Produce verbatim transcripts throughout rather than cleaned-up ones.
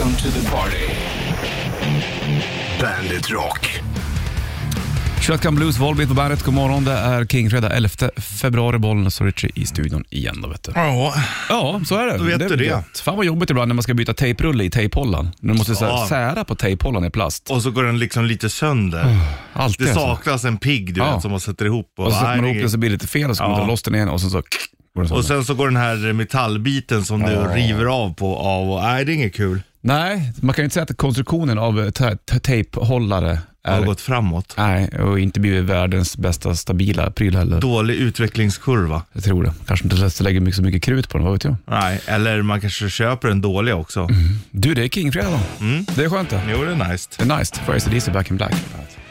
Welcome to the party. Bandit Rock. Shotgun Blues, Volbeat på bandet. God morgon, det är King fredag elfte februari, Bollnäs och Richie i studion igen då, vet du. Ja, Ja, så är det. då vet det du det. Gött. Fan vad jobbigt ibland när man ska byta tejprulle i tejphållaren. När du måste så här Ja. sära på tejphållaren i plast. och så går den liksom lite sönder. Alltid Det så. saknas en pigg, du Ja. vet, som man sätter ihop. Och så sätter man nej, ihop det- den så blir det lite fel och så kommer Ja. man loss den igen och sen så... går den sönder. och sen så går den här metallbiten som du river av på av och nej, det är inget kul. Nej, man kan ju inte säga att konstruktionen av te- te- tejphållare Det har är... gått framåt. Nej, och inte blivit världens bästa stabila pryl heller. Dålig utvecklingskurva. Jag tror det. Kanske inte lägger mycket så mycket krut på den, vad vet jag. Nej, eller man kanske köper en dålig också. Du, det är King-fredag då. Mm. Det är skönt det. Jo, det är nice. Det är nice. För A C D C Back in Black.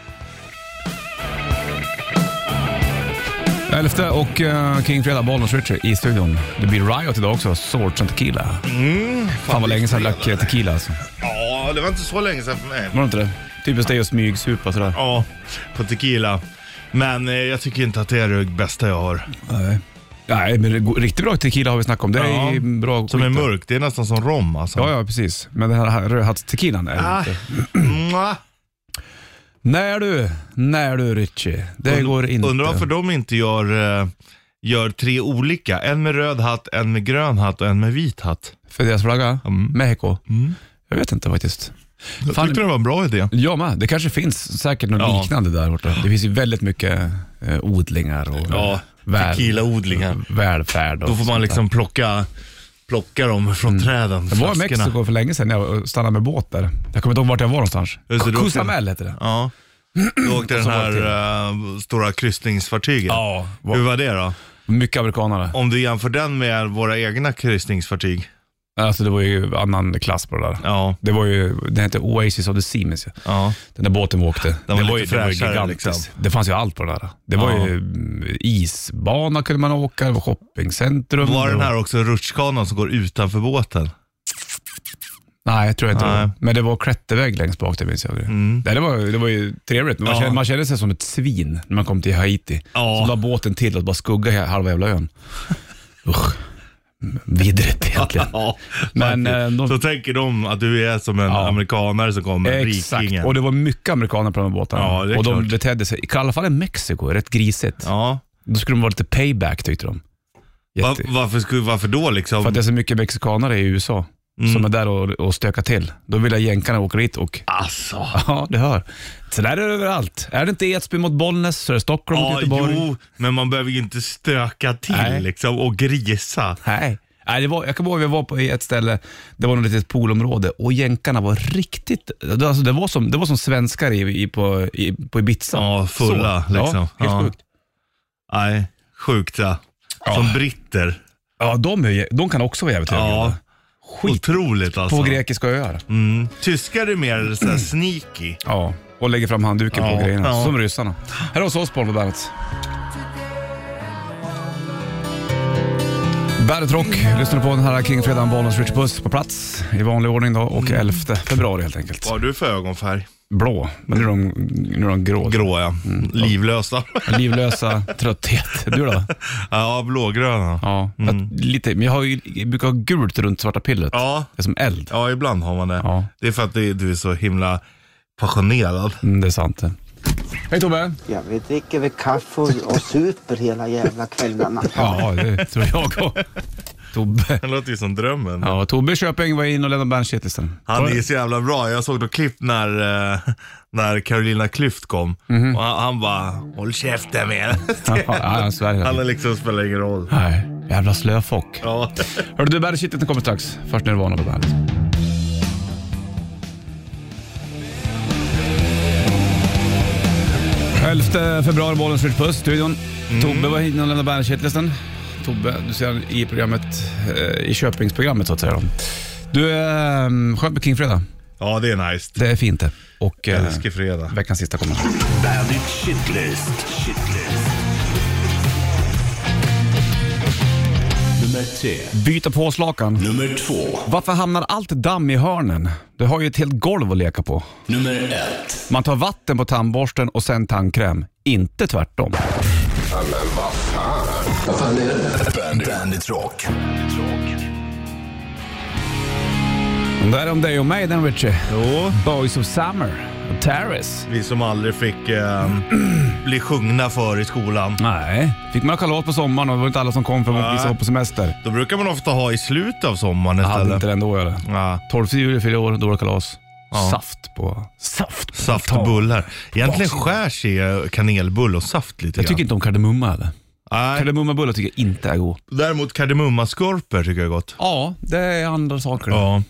Elfte och uh, King-fredag, Bollnäs Richie i studion. Det blir Riot idag också, Swords and Tequila. Mm, Fan vad länge sedan jag drack tequila alltså. Ja, det var inte så länge sedan för mig. Var det inte det? Typiskt det att smygsupa sådär. Ja, på tequila. Men eh, jag tycker inte att det är det bästa jag har. Nej. Nej, men det går, riktigt bra tequila har vi snackat om. Det är Ja, bra Som är skit. mörk, det är nästan som rom alltså. Ja, ja, precis. Men den här rödhattstequilan är Ah. inte. Mwah. När du, när du Richie. Det Und- går inte. Undrar varför de inte gör, eh, gör tre olika. En med röd hatt, en med grön hatt och en med vit hatt. För deras flagga? Mm. Mexiko? Mm. Jag vet inte faktiskt. Jag Fan, tyckte det var en bra idé. Ja, men det kanske finns säkert något Ja. liknande där borta. Det finns ju väldigt mycket eh, odlingar och Ja, väl, tequilaodlingar. välfärd. Och Då får man sånt liksom plocka, plocka dem från träden. där. Jag var i flaskorna. Mexiko för länge sedan när jag stannade med båt där. Jag kommer inte ihåg vart jag var någonstans. Just det, du åkte- Cozumel heter det. Ja. Då åkte den Så var här det uh, stora kryssningsfartyget. Ja, Hur var det då? mycket amerikanare. Om du jämför den med våra egna kryssningsfartyg. Alltså det var ju annan klass på det där. Ja, Det var ju, den hette Oasis of the Sea, minns jag. ja. Den där båten vi åkte. var det, lite var ju, det var ju fräschare, gigantiskt. liksom. Det fanns ju allt på det där. Det var Ja. ju mm, isbana kunde man åka, det var shoppingcentrum. Var det den här också rutschkanan som går utanför båten? Nej, jag tror inte Nej. det. Men det var klätterväg längst bak, det minns jag. Mm. Nej, det, var, det var ju trevligt, men man, Ja. kände, man kände sig som ett svin när man kom till Haiti. Ja. Så la båten till och bara skugga he- halva jävla ön. Usch. Vidrigt egentligen. Ja, Men, faktiskt. eh, de- Så tänker de att du är som en Ja. amerikanare som kommer, Exakt, rikingen. och det var mycket amerikaner på de här båtarna. Ja, det är och de klart. betedde sig, i alla fall i Mexiko, rätt grisigt. Ja. Då skulle de vara lite payback, tyckte de. Va, Jätte... varför, skulle, varför då liksom? För att det är så mycket mexikanare i U S A Mm. som är där och, och stökar till. Då vill jag jänkarna åka dit och... Alltså. Ja, det hör. Så där är det överallt. Är det inte Edsby mot Bollnäs så är det Stockholm mot Ja, Göteborg. jo, men man behöver ju inte stöka till Nej. liksom och grisa. Nej. Nej, det var, jag kommer ihåg att vi var på ett ställe, det var något litet poolområde och jänkarna var riktigt, det, alltså det, var, som, det var som svenskar i, i, på, i, på Ibiza. Ja, fulla Så. liksom. Ja, helt Ja. sjukt. Nej, sjukt ja. Ja. Som britter. Ja, de, är, de kan också vara jävligt Ja. högljudda. Skit Otroligt alltså. på grekiska öar. Mm. Tyskar är mer så här sneaky. Ja, och lägger fram handduken Ja, på grejerna, ja. som ryssarna. Här har vi Osborn på bandet. Bandet Rock, lyssnar på den här King Fredag, Bollnäs Richie Puss på plats i vanlig ordning då, och elfte februari helt enkelt. Vad har du för ögonfärg? Blå, men nu är de, nu är de grå. Grå ja. Livlösa. Livlösa, trötthet. Du då? Ja, blågröna. Ja, att, lite, men jag, har ju, jag brukar ha gult runt svarta pillret. Ja. Det är som eld. Ja, ibland har man det. Ja. Det är för att det, du är så himla passionerad. Mm, det är sant det. Hej Tobbe. Ja, vi dricker väl kaffe och, och super hela jävla kvällarna. Ja, det tror jag också. Tobbe. Det låter ju som drömmen. Ja, Tobbe Köping var in och lämnade bandshitlistan. Han är så jävla bra. Jag såg något klipp när, eh, när Carolina Klüft kom. Mhm. Och han, han bara, håll käften med. Ja, ja, Sverige. Han är liksom, spelar ingen roll. Nej, jävla slöfock. Ja. Hörru du, bandshitlistan kommer strax. Först när du var på bandet. elfte februari, Bollnäs Richie Puss, studion. Mm. Tobbe var hit och lämnade bandshitlistan. Tobbe, du ser i programmet, eh, i Köpingsprogrammet så att säga. Då. Du, eh, skönt med King Fredag. Ja, det är nice. Det är fint det. Och Jag eh, älskar fredag. veckans sista kommer. Bandit Shitlist. Shitlist. Nummer tre. Byta påslakan. Nummer två. Varför hamnar allt damm i hörnen? Du har ju ett helt golv att leka på. Nummer ett. Man tar vatten på tandborsten och sen tandkräm. Inte tvärtom. Vad fan är det? Bandit, Bandit Rock. Det är om dig och mig, den Richie. Jo. Boys of Summer. Terrace. Vi som aldrig fick eh, bli sjungna för i skolan. Nej, fick man kalas på sommaren och det var inte alla som kom för att visa upp på semester. Då brukar man ofta ha i slutet av sommaren Jag istället. hade inte den då eller? Ja. tolfte juli fyller år, då var det kalas. Ja. Saft på... Saft på Saft och bullar. Egentligen skär sig kanelbull och saft lite Jag tycker grann. inte om kardemumma eller? Nej. Kardemummabullar tycker jag inte är god. Däremot kardemummaskorpor tycker jag är gott. Ja, det är andra saker. Ja.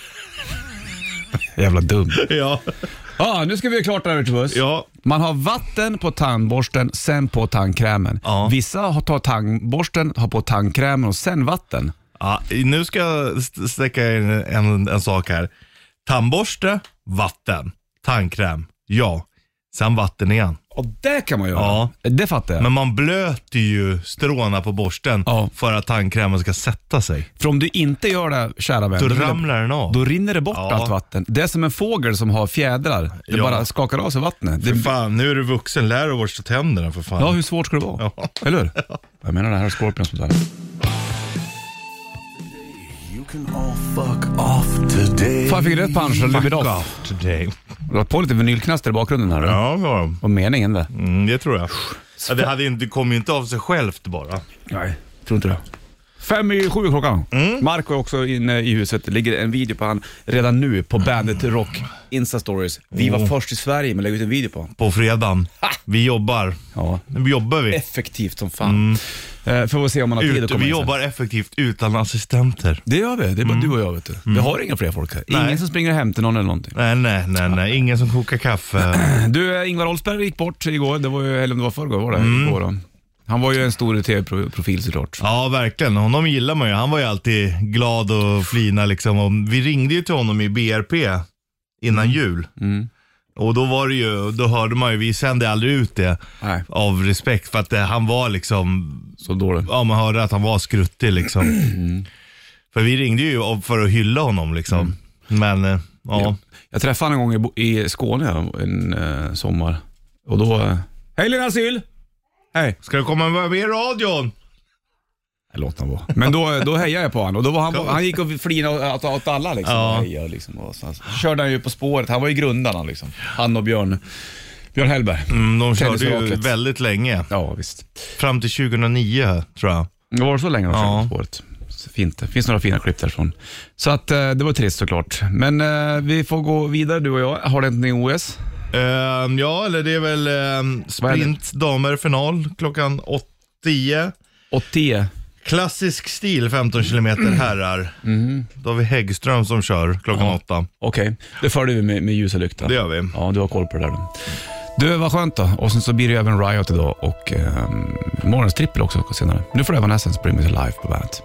Jävla dum. Ja. Ja, nu ska vi göra klart det här, Richard. Ja. Man har vatten på tandborsten, sen på tandkrämen. Ja. Vissa har tagit tandborsten, har på tandkrämen och sen vatten. Ja, nu ska jag st- sträcka in en, en sak här. Tandborste, vatten. Tandkräm, ja. Sen vatten igen. Och det kan man göra. Ja. Det fattar jag. Men man blöter ju stråna på borsten Ja. för att tandkrämen ska sätta sig. För om du inte gör det, kära vän, Då vill jag- ramlar den av. Då rinner det bort Ja. allt vatten. Det är som en fågel som har fjädrar. Det Ja. bara skakar av sig vattnet. För Det, fan, nu är du vuxen. Lär dig att borsta tänderna för fan. ja, hur svårt ska det vara? Ja. Eller hur? Jag menar det här är Scorpions som där. You can all fuck off today. Fan, jag fick rätt punch och Live It Off. off today. Du har på lite vinylknaster i bakgrunden här. Ja, ja. Och meningen det. Mm, det tror jag. Ja, det, hade inte, det kom ju inte av sig självt bara. Nej, tror inte det. Fem i sju klockan. Mm. Marco är också inne i huset. Det ligger en video på han redan nu på Bandet Rock Insta-stories. Vi var Oh. först i Sverige med att lägga ut en video på. På fredagen. Ha! Vi jobbar. Ja, Nu jobbar vi. effektivt som fan. Eh, får vi se om man har tid att Ut, komma vi in sen. jobbar effektivt utan assistenter. Det gör vi. Det är bara du och jag, vet du. Vi har inga fler folk här. Ingen Nej. som springer hem till någon eller någonting. Nej, nej, nej, nej. Ingen som kokar kaffe. Du, eh, Ingvar Oldsberg gick bort igår. Det var ju, eller om det var förrgår, var det? Igår då. Han var ju en stor tv-profil såklart. Ja, verkligen. Honom gillar man ju. Han var ju alltid glad och flina liksom. Och vi ringde ju till honom i B R P innan jul. Mm. Och då var det ju, då hörde man ju, vi sände aldrig ut det Nej, av respekt för att det, han var liksom, så dåligt. ja, man hörde att han var skruttig liksom. För vi ringde ju för att hylla honom liksom. Men eh, ja. Ja. Jag träffade honom en gång i, i Skåne en eh, sommar. Och då... Eh, Hej Lena Asyl! Hej! Ska du komma med i radion? Låt han vara. Men då, då hejade jag på honom. Och då var han, han gick och flinade åt, åt alla liksom. Ja. Och hejade, liksom. Och så, så körde han ju på spåret. Han var ju grundarna liksom. Han och Björn, Björn Hellberg. Mm, de körde ju Tennisraket. väldigt länge. Ja, visst. Fram till tjugohundraniio tror jag. Det var så länge de körde Ja. på spåret. Så fint. Det finns några fina klipp därifrån. Så att eh, det var trist såklart. Men eh, vi får gå vidare du och jag. Har det inte O S? Ehm, ja, eller det är väl ehm, sprint damer final klockan åtta tio. åttio. Klassisk stil femton kilometer herrar. Då har vi Häggström som kör klockan Ja. åtta. Okej, det förde vi med, med ljusa lykta. Det gör vi. Ja, du har koll på det där då. Du, vad skönt då. Och sen så blir det även Riot idag och eh, morgonens trippel också senare. Nu får det Evanescence Bring Me To Life på bandet.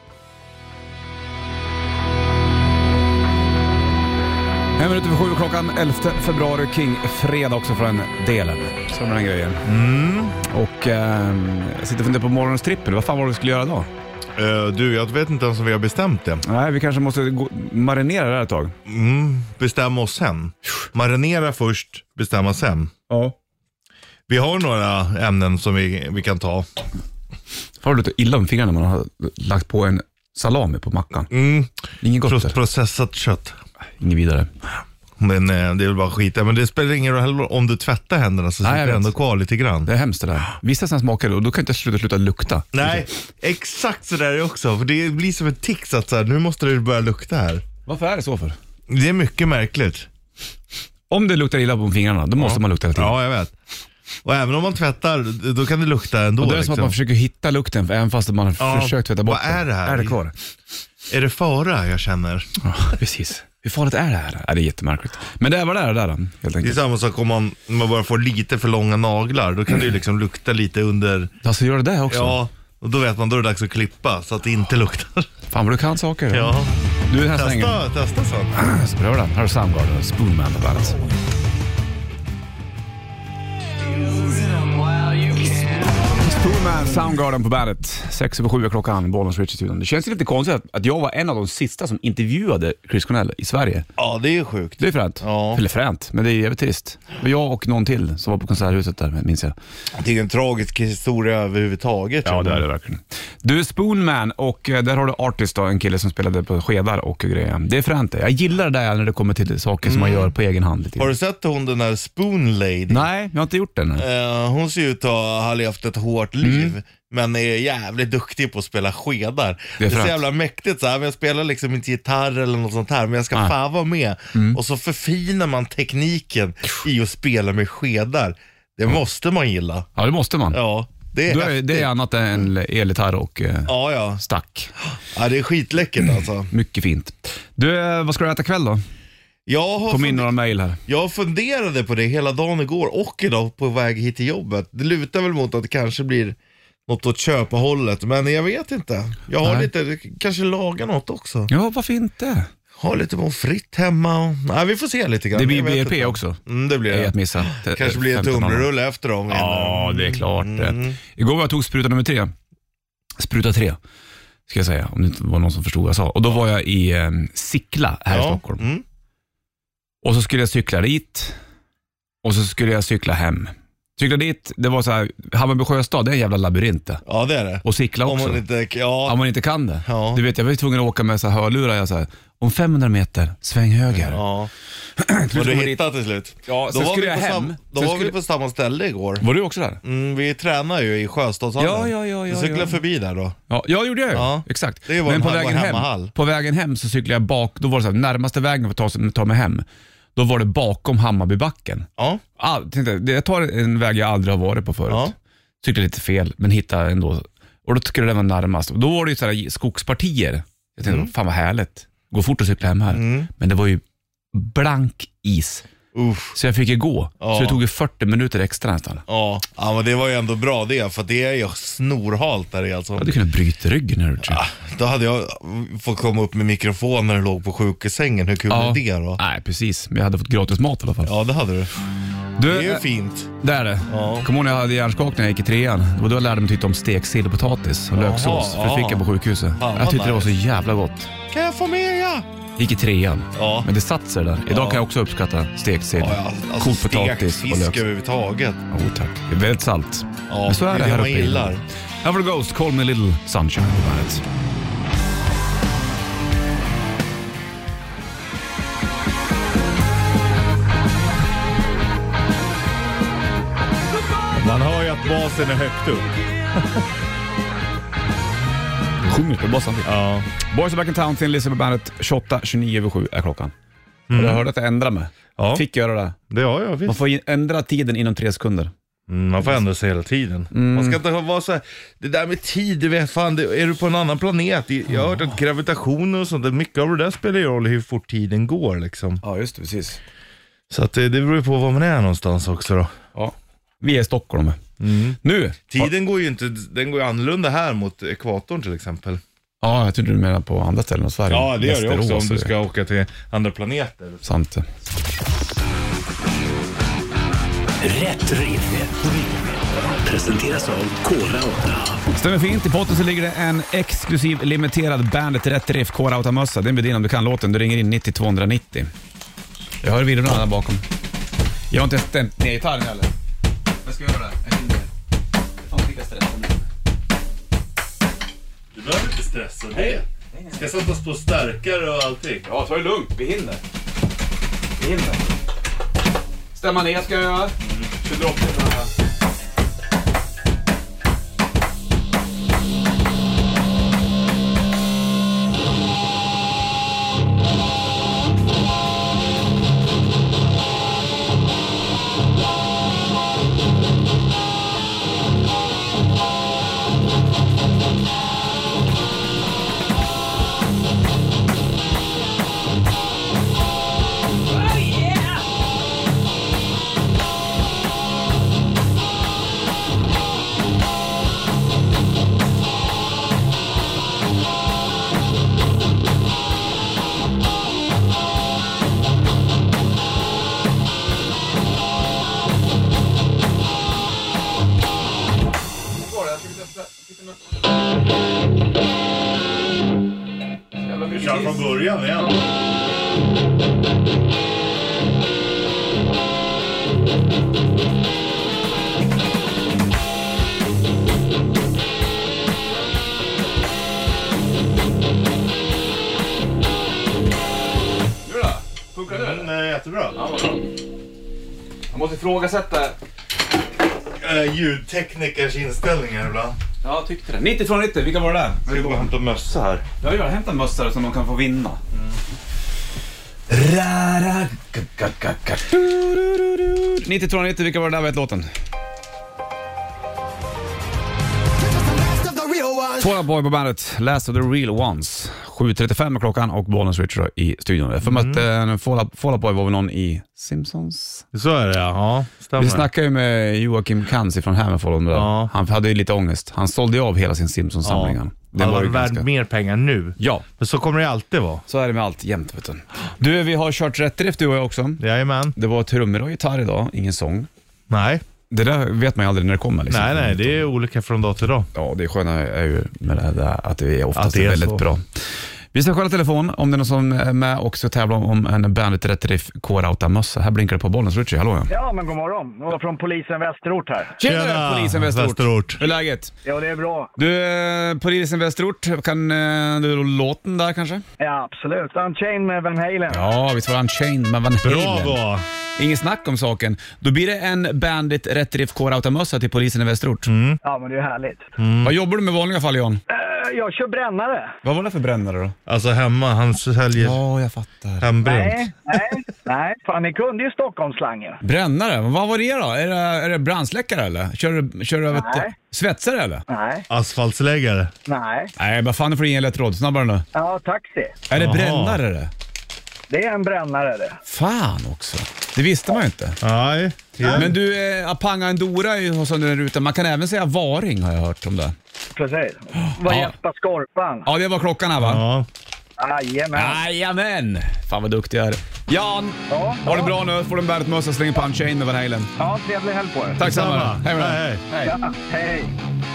En minut över sju klockan elfte februari, King fredag också för den delen. Så med den grejen. Mm. Och eh, jag sitter och funderar på morgonens trippel. Vad fan var det vi skulle göra då? Eh, du, jag vet inte ens om vi har bestämt det. Nej, vi kanske måste gå, marinera det här ett tag. Mm. Bestämma oss sen. Marinera först, bestämma sen. Ja. Vi har några ämnen som vi, vi kan ta. Har du lite illa om fingrarna när man har lagt på en salami på mackan? Mm. Ingen gott Pro- där. processat kött. Ingen vidare. Men eh, det är väl bara skita. Men det spelar ingen roll heller om du tvättar händerna så Nej, sitter jag det vet. ändå kvar lite grann. Det är hemskt det där. Vissa sådana smaker och då kan inte sluta, sluta lukta. Nej, exakt så där är det också. För det blir som ett tics att så här, nu måste det börja lukta här. Varför är det så för? Det är mycket märkligt. Om det luktar illa på fingrarna, då måste man lukta hela tiden. Ja, jag vet. Och även om man tvättar, då kan det lukta ändå. Och det är liksom. som att man försöker hitta lukten även fast man har Ja, försökt tvätta bort vad är det här? Är det kvar? Är det fara jag känner? Ja, precis. Hur farligt är det här? Ja, det är jättemärkligt. Men det är vad det är det där, helt Det är enkelt. samma sak om man, om man bara får lite för långa naglar. Då kan det ju liksom lukta lite under. Alltså gör det där också? Ja, och då vet man, då är det dags att klippa så att det inte luktar. Fan vad du kan saker. Ja, Du, den här strängen. testa, testa så. Så pröva den. Här har Soundgarden, Spoonman på bandet. Spoonman, Soundgarden på bandet. sex över sju klockan, Bollnäs Rich i studion. Det känns lite konstigt att, att jag var en av de sista som intervjuade Chris Cornell i Sverige. Ja, det är ju sjukt. Det är fränt. Ja. Eller fränt, men det är jävligt trist. Och jag och någon till som var på konserthuset där, minns jag. Det är en tragisk historia överhuvudtaget. Ja, det är det verkligen. Du är Spoonman och eh, där har du Artist då, en kille som spelade på skedar och grejer. Det är fränt. Jag gillar det där när det kommer till saker som man gör på egen hand. Lite. Har du sett hon den där Spoon Lady? Nej, jag har inte gjort det. Uh, hon ser ut att ha levt ett hårt liv, mm. men är jävligt duktig på att spela skedar. Det är, det är så jävla mäktigt så här. Jag spelar liksom inte gitarr eller något sånt här, men jag ska ah. fan vara med. Mm. Och så förfinar man tekniken i att spela med skedar. Det mm. måste man gilla. Ja, det måste man. Ja. Det är, är, det är annat än elgitarr och eh, ja, ja. stack. Ja, det är skitläckert alltså. Mycket fint. Du, vad ska du äta kväll då? Jag har Kom in några mejl här. Jag funderade på det hela dagen igår och idag på väg hit till jobbet. Det lutar väl mot att det kanske blir något att köpa hållet, men jag vet inte. Jag har Nej. lite, kanske laga något också. Ja, varför inte? Ha lite på fritt hemma. Och, nej, vi får se lite grann. Det blir B R P också. Mm, det blir det. Att missa. Kanske blir en tumrulle efter dem. Ja, det är klart. Mm. Igår var jag tog spruta nummer tre. Spruta tre, ska jag säga. Om det inte var någon som förstod vad jag sa. Och då var jag i eh, Sickla här ja. i Stockholm. Mm. Och så skulle jag cykla dit. Och så skulle jag cykla hem. Cykla dit, det var så här, Hammarby Sjöstad, det är en jävla labyrint. Ja, det är det. Och cykla också. Om man inte, ja. Om man inte kan det. Ja. Du vet, jag var tvungen att åka med så här hörlurar. Jag så här, om femhundra meter, sväng höger. Ja. Var du hittade till slut? Ja, då så skulle jag hem. Sam, då sen var skulle... vi på samma ställe igår. Var du också där? Mm, vi tränar ju i Sjöstadshallen. Ja, ja, ja. ja du cyklade ja. förbi där då? Ja, jag gjorde jag ja. Exakt. Det var Men på en vägen, hem, på vägen hem så cyklade jag bak. Då var det så här, närmaste vägen för att ta, ta mig hem. Då var det bakom Hammarbybacken. Ja. All, tänkte, jag tar en väg jag aldrig har varit på förut. Ja. Cyklade lite fel, men hittade ändå. Och då skulle det vara närmast. Och då var det ju sådana skogspartier. Jag tänkte, mm. fan vad härligt. Gå fort att cykla hem här. Mm. Men det var ju blank is. Uff. Så jag fick ju gå. Ja. Så det tog ju fyrtio minuter extra nästan. Ja. ja, men det var ju ändå bra det. För det är ju snorhalt där alltså. Jag hade kunnat bryta ryggen här. Ja, då hade jag fått komma upp med mikrofonen när du låg på sjukhusängen. Hur kul ja. är det då? Nej, precis. Men jag hade fått gratis mat i alla fall. Ja, det hade du. du det är ju fint. Det är det. Ja. Kom ihåg när jag hade hjärnskakning när jag gick i trean. Och då lärde jag mig tycka om steksill och potatis och löksås. För det fick jag på sjukhuset. Fan, jag tyckte nice. det var så jävla gott. Kan jag få med ja? Gick i trean. Ja. Men det satt sig där. Idag ja. kan jag också uppskatta steksill. Ja, ja. Alltså, Kokt potatis och löksås. Överhuvudtaget. Jo tack. Det är väldigt salt. Ja, men så är det, det här man uppe gillar. Här får du Ghost, Call Me Little Sunshine på bandet. Man hör ju att basen är högt upp. Sjunger på basen. Ja. Boys of Back in Town till Elizabeth Bandet. tjugoåtta tjugonio över sju är klockan. Mm. Och jag hörde att jag ändrar mig. Ja. Fick göra det. Det har jag visst. Man får ändra tiden inom tre sekunder. Mm, man får ändra sig hela tiden. Mm. Man ska inte vara så här, det där med tid, du vet fan, det, är du på en annan planet? Jag har hört att gravitationen och sånt, mycket av det där spelar ju roll hur fort tiden går liksom. Ja, just det, precis. Så att det, det beror ju på var man är någonstans också då. Ja, vi är i Stockholm. Mm. Nu. Tiden går ju inte, den går ju annorlunda här mot ekvatorn till exempel. Ja, jag tror du menar på andra ställen i Sverige. Ja, det gör det också om du ska åka till andra planeter. Sant. Rätt riff. Presenteras av Kora åtta. Stämmer fint. I potten så ligger det en exklusiv limiterad Bandet Rätt Riff Kora åtta-mössa. Den blir din om du kan låten. Du ringer in nittio tvåhundranittio. Jag hör videon där bakom. Jag har inte stämt ner gitarren heller. Jag ska göra det. Jag hinner. Fan, fick jag stressa mig. Du behöver inte stressa det. Hej. Ska sättas på starkare och allting. Ja, ta det lugnt. Vi hinner. Vi hinner. Stämma ner ska jag göra. tjugo åtta. Funkar det? Mm, nej, jättebra. Ja, vad bra. Jag måste ifrågasätta Äh, ljudteknikers inställningar ibland. Ja, jag tyckte det. nittio från nittio, vilka var det där? Jag ska bara hämta mössa här. Ja, jag hämtar mössar som de kan få vinna. Mm. nittio från nittio, vilka var det där vet låten? Fall Out Boy på bandet, Last of the Real Ones. sju trettiofem är klockan och Bollnäs Richard i studion. För mm. att äh, Fall Out, Fall Out Boy var väl någon i Simpsons? Så är det, ja. Stämmer. Vi snackade ju med Joakim Kans från Hammerfall om det. Ja. Han hade ju lite ångest. Han sålde ju av hela sin Simpsons-samling. Ja. Det var, var värd ganska... mer pengar nu. Ja. Men så kommer det alltid vara. Så är det med allt jämt, vet du. Du, vi har kört rätt drift du och jag också. Jajamän. Det var trummor och gitarr idag, ingen sång. Nej. Det där vet man ju aldrig när det kommer. Liksom. Nej, nej, det är olika från dag till dag. Ja, det sköna är ju med det där att det är oftast att det är väldigt så. Bra. Vi ska kolla telefon om det är någon som är med och ska tävla om en Bandit Rätt Riff K-Rauta-mössa. Här blinkar det på Bollnäs Richie, hallå ja. Ja, men god morgon. Jag var från polisen Västerort här. Tjena, Tjena polisen Västerort. Västerort. Hur är läget? Ja, det är bra. Du, eh, polisen Västerort, kan eh, du låten där kanske? Ja, absolut. Unchained med Van Halen. Ja, visst var Unchained med Van Halen. Bra. Ingen snack om saken. Då blir det en Bandit Rätt Riff K-Rauta-mössa till polisen i Västerort. Mm. Ja, men det är härligt. Mm. Vad jobbar du med i vanliga fall, Jan? Jag kör brännare. Vad var det för brännare då? Alltså hemma, han säljer ja, jag fattar. hembränt. Nej, nej, nej. Fan, ni kunde ju Stockholmsslangen. Brännare? Vad var det då? Är det, är det brandsläckare eller? Kör du, kör du över ett svetsare eller? Nej. Asfaltsläggare? Nej. Nej, vad fan är det för ingen lätt råd? Snabbare nu. Ja, taxi. Är det Aha. brännare det? Det är en brännare det. Fan också. Det visste man ju inte. Nej. Ja. Men du, eh, Apanga Endora är ju hos under rutan. Man kan även säga Varing har jag hört om det. Precis. Vad ja. Jesper Skorpan. Ja, det var klockan här va? Ja. Jajamän. Jajamän. Fan vad duktig jag är. Jan, ja, har det ja. bra nu? Får du en Bandit-mössa, slänger på Unchained med Van Halen. Ja, trevlig helg på er. Tack samma. Hej med hej. Hej. Ja, hej.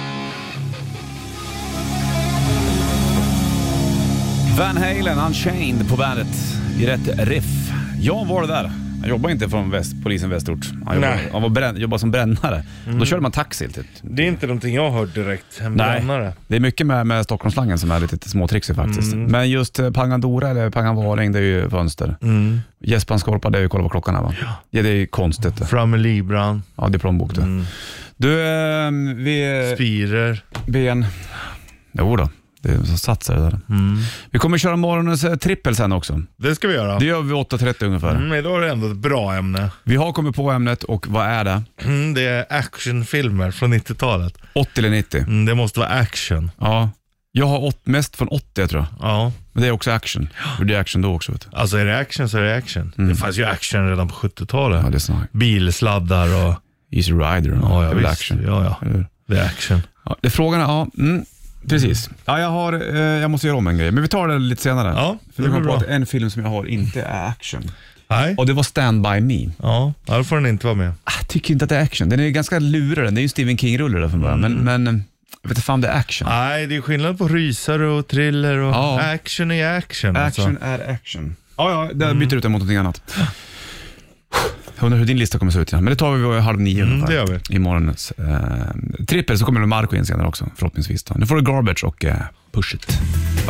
Van Halen, Unchained på bandet i rätt riff. Jag var det där. Han jobbar inte från väst, polisen Västerort. Han jobbar, han var brän, jobbar som brännare. Mm. Då körde man taxi. Typ. Det är inte någonting jag har hört direkt. En Nej, brännare. Det är mycket med, med Stockholmsslangen som är lite småtrixig faktiskt. Mm. Men just uh, Pangandora eller Panganvaring, det är ju fönster. Mm. Jespan Skorpa, det är ju kolla på klockan här va? Ja. Ja, det är ju konstigt. Framme Libran. Ja, det är plånbok du. Mm. Du, uh, vi... Spirer. Ben. Jo då. Det är så satsar det där. Mm. Vi kommer köra morgonens eh, trippel sen också. Det ska vi göra. Det gör vi åtta trettio ungefär. Mm, men då är det ändå ett bra ämne. Vi har kommit på ämnet och vad är det? Mm, det är actionfilmer från nittiotalet. åttio eller nittio? Mm, det måste vara action. Ja. Jag har åt, mest från åttio tror jag. Ja. Men det är också action. För det är action då också. Vet du. Alltså är det action så är det action. Mm. Det fanns ju action redan på sjuttiotalet. Ja, det är snart. Bilsladdar och... Easy Rider. Ja, ja, det är visst. action. Ja, ja. Det är action. Ja, det är frågan är, ja... Mm. Precis. Ja, jag, har, eh, jag måste göra om en grej. Men vi tar det lite senare. Ja, för vi kommer på att en film som jag har inte är action. Nej. Och det var Stand By Me. Ja, då får den inte vara med. Jag tycker inte att det är action. Den är ganska lurig. Det är ju Stephen King-rulle där från början. Mm. Men, men jag vet inte fan det är action. Nej, det är skillnad på rysare och thriller och ja. Action är action. Action alltså. Är action. Ja, ja, det byter mm. ut det mot någonting annat. Jag undrar hur din lista kommer se ut. Ja. Men det tar vi vid halv nio mm, det gör vi. I morgonens eh, trippel så kommer det Marco in senare också, förhoppningsvis. Då. Nu får du Garbage och eh, Push It.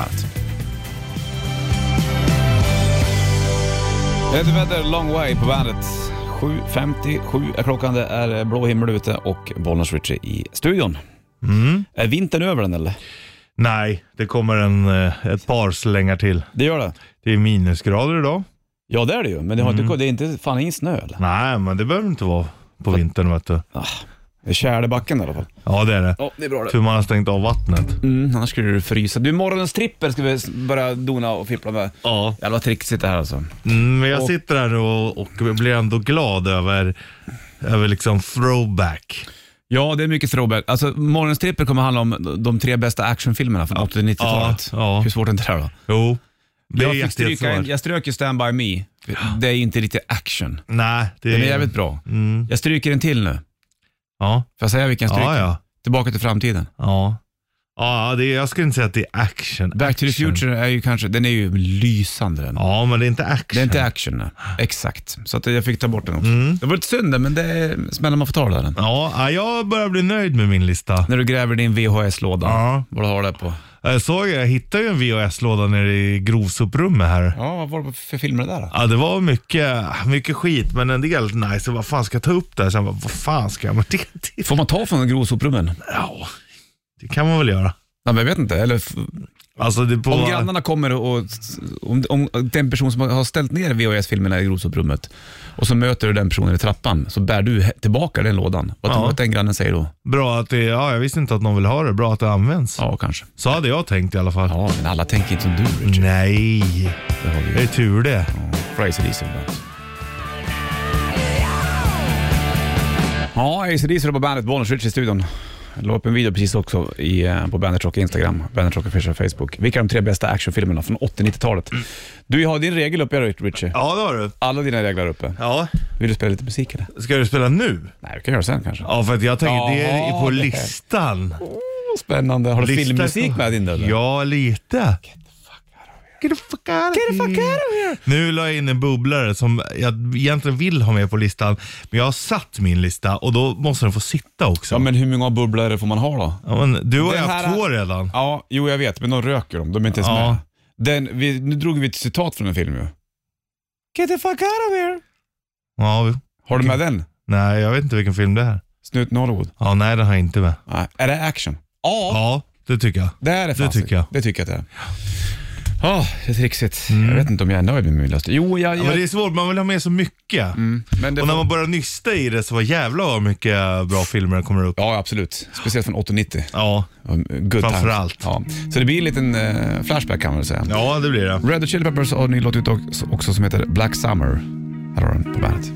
Eddie Vedder, Long Way på bandet. sju femtiosju är klockan, det är blå himmel ute och Bollnäs Richie i studion. Mm. Är vintern över den eller? Nej, det kommer en, ett par slängar till. Det gör det? Det är minusgrader idag. Ja, det är det ju, men det, har mm. inte, det är inte fan ingen snö eller? Nej, men det behöver inte vara på För... vintern, vet du. Ah, det är kärde backen i alla fall. Ja, det är det. Ja, det är bra det. För man har stängt av vattnet. Mm, annars skulle du frysa. Du, morgonens tripper ska vi börja dona och fippla med. Ja. Jävla trixigt det här alltså. Mm, men jag och... sitter här och, och blir ändå glad över, över liksom throwback. Ja, det är mycket throwback. Alltså, morgonens tripper kommer handla om de tre bästa actionfilmerna från åttio- och nittiotalet. Ja, ja. Hur svårt är det här då? Jo. Det jag, är fick stryka en, jag strök ju Stand By Me. Det är inte riktigt action. Nej, det är... Den är jävligt bra. Mm. Jag stryker en till nu. Ja. Får jag säga vilken jag stryker? Ja, ja. Tillbaka till framtiden. Ja. Ja, det är, jag skulle inte säga att det är action. Back action. to the Future är ju kanske, den är ju lysande den. Ja, men det är inte action. Det är inte action, nej. Exakt. Så att jag fick ta bort den också. Mm. Det var lite synd, men det är smällen man får ta det där. Ja, jag börjar bli nöjd med min lista. När du gräver din V H S-låda, ja. Vad du har det på? Jag såg, jag hittade ju en V H S-låda nere i grovsoprummet här. Ja, vad var det för filmer där då? Ja, det var mycket, mycket skit, men en del nice. Vad fan ska jag ta upp där? Sen, vad fan ska jag med det till? Får man ta från grovsoprummen? Ja, det kan man väl göra. Ja, men jag vet inte, eller... Alltså det på... Om grannarna kommer och om, om den person som har ställt ner V H S-filmerna i grovsoprummet och så möter du den personen i trappan, så bär du he- tillbaka den lådan. Vad tror du att den grannen säger då? Bra att det, ja, jag visste inte att någon vill ha det. Bra att det används. Ja, kanske. Så hade jag tänkt i alla fall. Ja, men alla tänker inte som du, Richard. Nej, Det, har vi. det är tur det. Ja, Fraser Diesel band. Ja, Fraser Diesel på bandet, Bollnäs Richard i studion. Jag la upp en video precis också i, på Bandit Rock Instagram, Bandit Rock Official Facebook. Vilka är de tre bästa actionfilmerna från åttio-nittiotalet? Du har din regel uppe, Richard. Ja, det har du. Alla dina regler uppe. Ja. Vill du spela lite musik eller? Ska du spela nu? Nej, vi kan göra sen kanske. Ja, för att jag tänker, Jaha, det är på det här. listan. Oh, spännande. Har du Lista- filmmusik med din eller? Ja, lite. Get the fuck out of Get the fuck out of here. Nu la jag in en bubblare som jag egentligen vill ha med på listan, men jag har satt min lista och då måste den få sitta också. Ja, men hur många bubblare får man ha då? Ja, men du har ju Den haft här- två redan. Ja, jo jag vet, men de röker dem. De är inte ens Ja. med. Den, vi, nu drog vi ett citat från en film ju. Get the fuck out of here. Ja, vi- Har du med den? nej, jag vet inte vilken film det är. Snuten Hollywood. Ja, nej, den har jag inte med. Nej. Är det action? Ja, Ja, det tycker jag. det är det. det fast. tycker jag. Det tycker jag att det är. Ja, det är trixigt. Jag vet inte om jag är nöjd med min lista. Jo, jag... Ja, jag... men det är svårt, man vill ha med så mycket. Mm, men det Och när får... man börjar nysta i det så var jävla vad mycket bra filmer kommer upp. Ja, absolut. Speciellt från åttio-nittio. Ja, Good framförallt. times. Ja. Så det blir en liten eh, flashback kan man väl säga. ja det blir det. Red Hot Chili Peppers har en ny låt ut också, också som heter Black Summer. Här har den på bandet.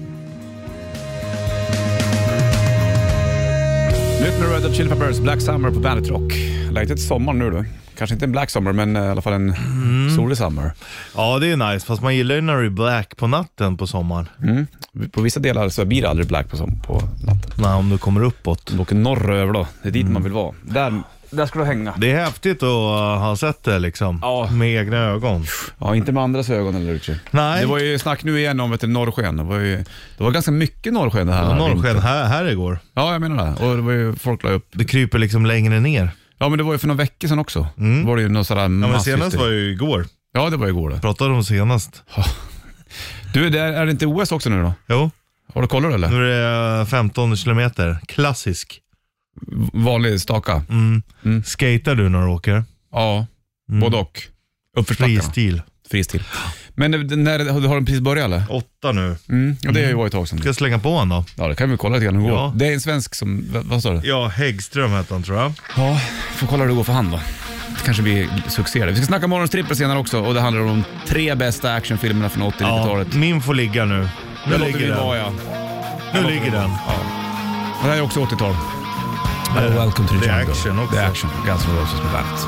Nytt med Red Hot Chili Peppers, Black Summer på Bandet Rock. Läget till sommar nu då. Kanske inte en Black Summer, men i alla fall en mm. solig summer. Ja, det är nice, fast man gillar ju när det är black på natten på sommaren. Mm. På vissa delar så blir det aldrig black på, som, på natten. Nej, om du kommer uppåt. Du åker norröver då. Det är dit mm. man vill vara. Där, där ska du hänga. Det är häftigt att uh, ha sett det liksom, ja. med egna ögon. Ja, inte med andras ögon eller Richard. Nej. Det var ju snack nu igen om ett norrsken. Det var ju det var ganska mycket norrsken det här. Ja, norrsken här, här igår. Ja, jag menar det. Och det var ju folk la upp. Det kryper liksom längre ner. Ja, men det var ju för några veckor sedan också. Mm. Var det ju något sådär ja, men senast masshyster. var ju igår. Ja, det var igår det. Pratade om senast. Du, det är, är det inte O S också nu då? Jo. Har du kollat eller? Nu är det femton kilometer. Klassisk. Vanlig staka. Mm. Mm. Skater du när du åker? Ja, Mm. både och. Uppförsbackarna. Fristil. Fristil. Men när, har den precis börjat eller? Åtta nu. Mm. Ja, det har ju varit ett tag sedan. Ska jag slänga på han då? Ja, det kan vi kolla lite grann hur det Ja. går. Det är en svensk som, vad, vad sa du? Ja, Häggström heter han tror jag. Ja, får kolla hur det går för han då. Det kanske blir succé. Vi ska snacka morgonstripper senare också och det handlar om de tre bästa actionfilmerna från åttio-nittiotalet. Ja, min får ligga nu. Nu Det låter ligger vi den. vara, ja. Nu ligger den. Ja. Det här är också åttio-tal. Uh, welcome to the det är jungle. action också. Det är action. Guns N' Roses med bandet.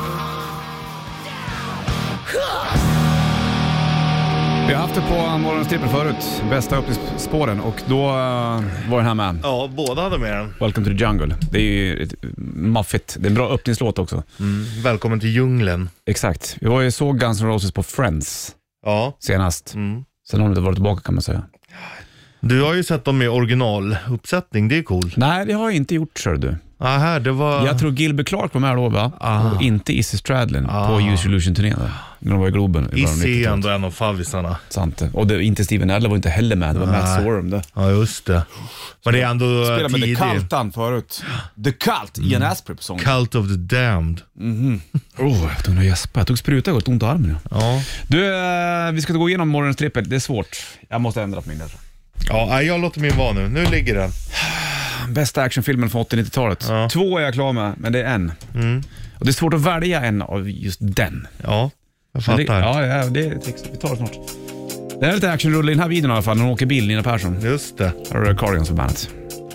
Vi har haft det på morgonens trippel förut. Bästa öppningsspåren och då uh, var den här med. Ja, båda hade med den. Welcome to the jungle. Det är ju ett maffigt. Det är en bra öppningslåt också. Mm. Välkommen till djungeln. Exakt. Vi var ju så Guns N' Roses på Friends Ja. senast. Mm. Sen har de inte varit tillbaka kan man säga. Du har ju sett dem i originaluppsättning, det är cool. Nej, det har jag inte gjort, kör du. Ja, här, det var... Jag tror Gilbert Clark var med då, va? Ah. Och inte Izzy Stradlin Ah. på Use Illusion-turnén. När de var i Globen. i början av Izzy är nittiotalet. ändå en av favvisarna. Sant det. Och det, inte Steven Adler var inte heller med. Det var Matt Nej. Sorum det. Ja, just det. Men det är ändå Spelade med The tidigt. Cultan förut. The Cult, Ian Asprey på sången. Cult of the Damned. Mhm. Oh, jag var tvungen att gäspa. Jag tog spruta och ont i armen. Ja. Ja. Du, eh, vi ska gå igenom morgonens trippel. Det är svårt. Jag måste ändra på min där. Ja, nej, jag låter min vara nu. Nu ligger den. Bästa actionfilmen från åttio-nittiotalet. Ja. Två är jag klar med, men det är en. Mm. Och det är svårt att välja en av just den. Ja, jag Men det, fattar. ja, ja, det är trixigt. Vi tar det snart. Det är lite actionrulle i den här videon i alla fall, när hon åker bil, Nina Persson. Just det. Här har du Cardigans på bandet.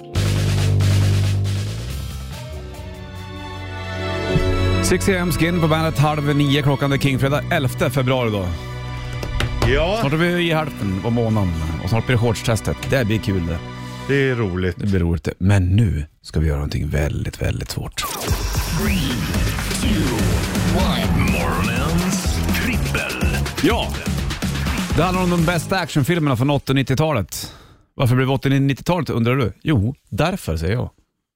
sex a m Skin på bandet, halv nio klockan, det är King, fredag elfte februari då. Ja, Snart är vi i hälften av månaden och snart blir det shortstestet. Det blir kul det. det är roligt. Det blir roligt det. Men nu ska vi göra någonting väldigt, väldigt svårt. Morgonens trippel. Ja, det handlar om de bästa actionfilmerna från åttio- och nittiotalet. Varför blev åttio- och nittiotalet undrar du? Jo, därför säger jag.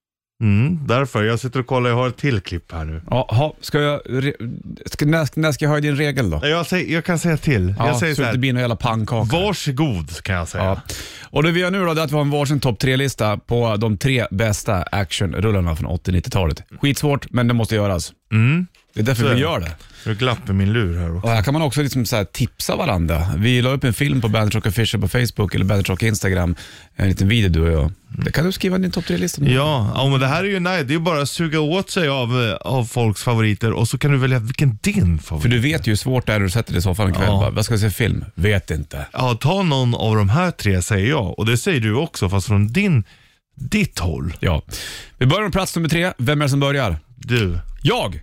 Mm, därför. Jag sitter och kollar, jag har ett till klipp här nu. Ja, ska jag... Ska, när, när ska jag höja din regel då? Jag, säger, jag kan säga till. Ja, jag säger så så här, det blir en jävla pannkaka. varsågod kan jag säga. Ja. Och det vi gör nu då, det är att vi har en varsin topp tre-lista på de tre bästa actionrullarna från åttio- och nittiotalet. Skitsvårt, men det måste göras. Mm. Det är därför Så vi är det. gör det. Nu glappar min lur här också. Och här kan man också liksom så här tipsa varandra. Vi la upp en film på Bandit Rock Official på Facebook eller Bandit Rock Instagram. En liten video du och jag. Det kan du skriva i din topp tre-lista nu. Ja, ja, men det här är ju nej, det är bara att suga åt sig av, eh, av folks favoriter och så kan du välja vilken din favorit. För du vet ju hur svårt det är när du sätter dig i soffan en kväll. Ja. Bara, vad ska jag se film? Vet inte. Ja, ta någon av de här tre säger jag. Och det säger du också, fast från din, ditt håll. Ja. Vi börjar med plats nummer tre. Vem är det som börjar? Du. Jag!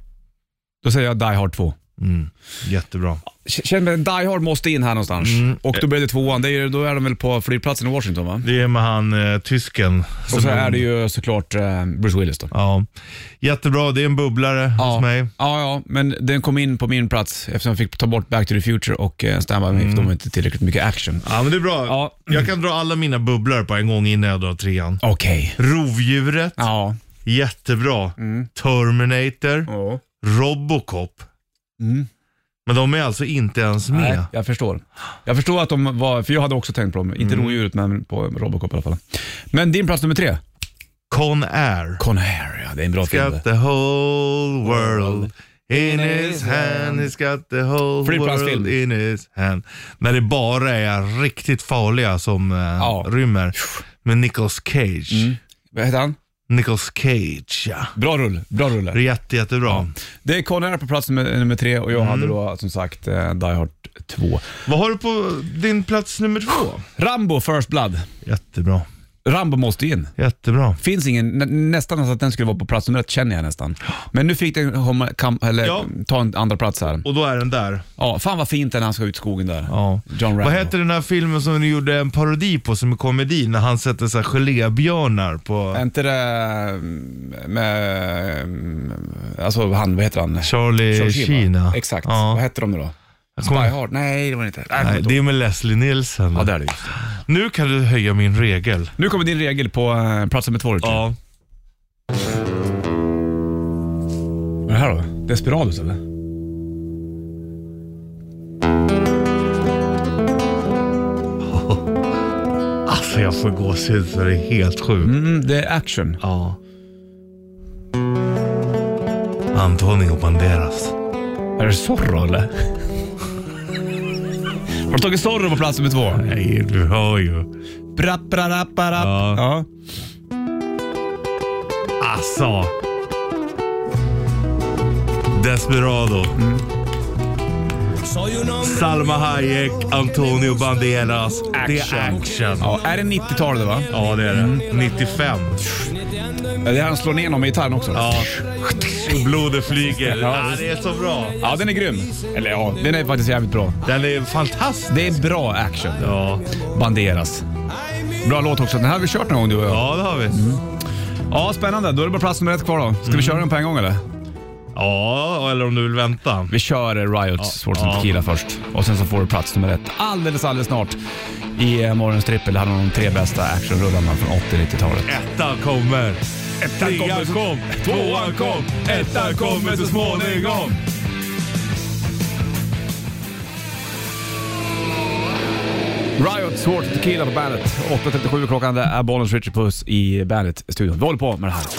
Då säger jag Die Hard två. Mm. Jättebra. K- Känner mig, Die Hard måste in här någonstans. Mm. Och då blir det tvåan. Det är, då är de väl på flygplatsen i Washington, va? Det är med han eh, tysken. Och så är det ju såklart eh, Bruce Willis då. Ja, jättebra. Det är en bubblare Ja. hos mig. Ja, ja, men den kom in på min plats eftersom jag fick ta bort Back to the Future och eh, Stand By Me för de har inte tillräckligt mycket action. Ja, men det är bra. Ja. Jag kan dra alla mina bubblor på en gång innan jag drar trean. Okej. Rovdjuret, Ja. jättebra. Terminator, Ja. Robocop. Mm. Men de är alltså inte ens med. Nej, jag förstår. Jag förstår att de var, för jag hade också tänkt på dem. Inte Mm. rovdjuret, men på Robocop i alla fall. Men din plats nummer tre? Con Air. Con Air, ja, det är en bra film. Got the whole world in his hand. He's got the whole Flygplansfilm. world in his hand. När det bara är riktigt farliga som äh, Ja. rymmer. Med Nicolas Cage. Mm. Vad heter han? Nicolas Cage, ja. Bra rull, bra rull. Det är jätte, jättebra. Det är Con Air på plats nummer, nummer tre och jag hade då som sagt eh, Die Hard två. Vad har du på din plats nummer två? Rambo First Blood. Jättebra. Rambo måste in. Jättebra. Finns ingen, nä, nästan så att den skulle vara på plats nummer ett känner jag nästan. Men nu fick den komma, kam, eller, Ja. ta en andra plats här. Och då är den där. Ja, fan vad fint den när han ska ut i skogen där. Ja. John Rambo. Vad heter den här filmen som ni gjorde en parodi på som är komedi när han sätter så här gelébjörnar på Är inte det mm, med, mm, alltså han, vad heter han? Charlie, Charlie Sheen? Exakt. Ja. Vad heter de då? Spy kommer- Hard? Nej, det var det inte. Nej, Nej, det är med Leslie Nielsen. Ja, det är det just. Nu kan du höja min regel. Nu kommer din regel på uh, plats nummer två. Richard. Ja. Vad är det här då? Desperados eller? Alltså jag får gåshud så det är helt sjukt. Mm, det är action. Ja. Antonio Banderas. Är det Zorro eller? Har du tagit Zorro på plats nummer två? Nej, du hör ju. Bra, bra, bra, bra. Ja. Ja. Alltså. Desperado. Salma Hayek, Antonio Banderas. Det är action. Ja, är det nittiotalet va? Ja, det är det. nittiofem. Ja, det är han slår ner någon med gitarren också. Ja. Blodet flyger. Ja. Ja, det är så bra. Ja, den är grym. Eller ja, den är faktiskt jävligt bra. Den är fantastisk. Det är bra action. Ja. Banderas. Bra låt också. Den här har vi kört någon gång du och jag. Ja, det har vi. Ja, spännande. Då är det bara plats nummer ett kvar då. Ska vi köra den på en gång eller? Ja, eller om du vill vänta. Vi kör Riots Swords and Ja. Tequila först. Och sen så får du plats nummer ett alldeles, alldeles snart i eh, morgonens trippel. Det handlar om de tre bästa actionrullarna från åttio- och nittiotalet. Ettan kommer. Ettan Trean kom. Tvåan kom. Ettan kommer så småningom. Riot, Swords and Tequila på Bandet. åtta trettiosju klockan, det är Bollens Richard Puss i Bandet-studion. Vi håller på med det här.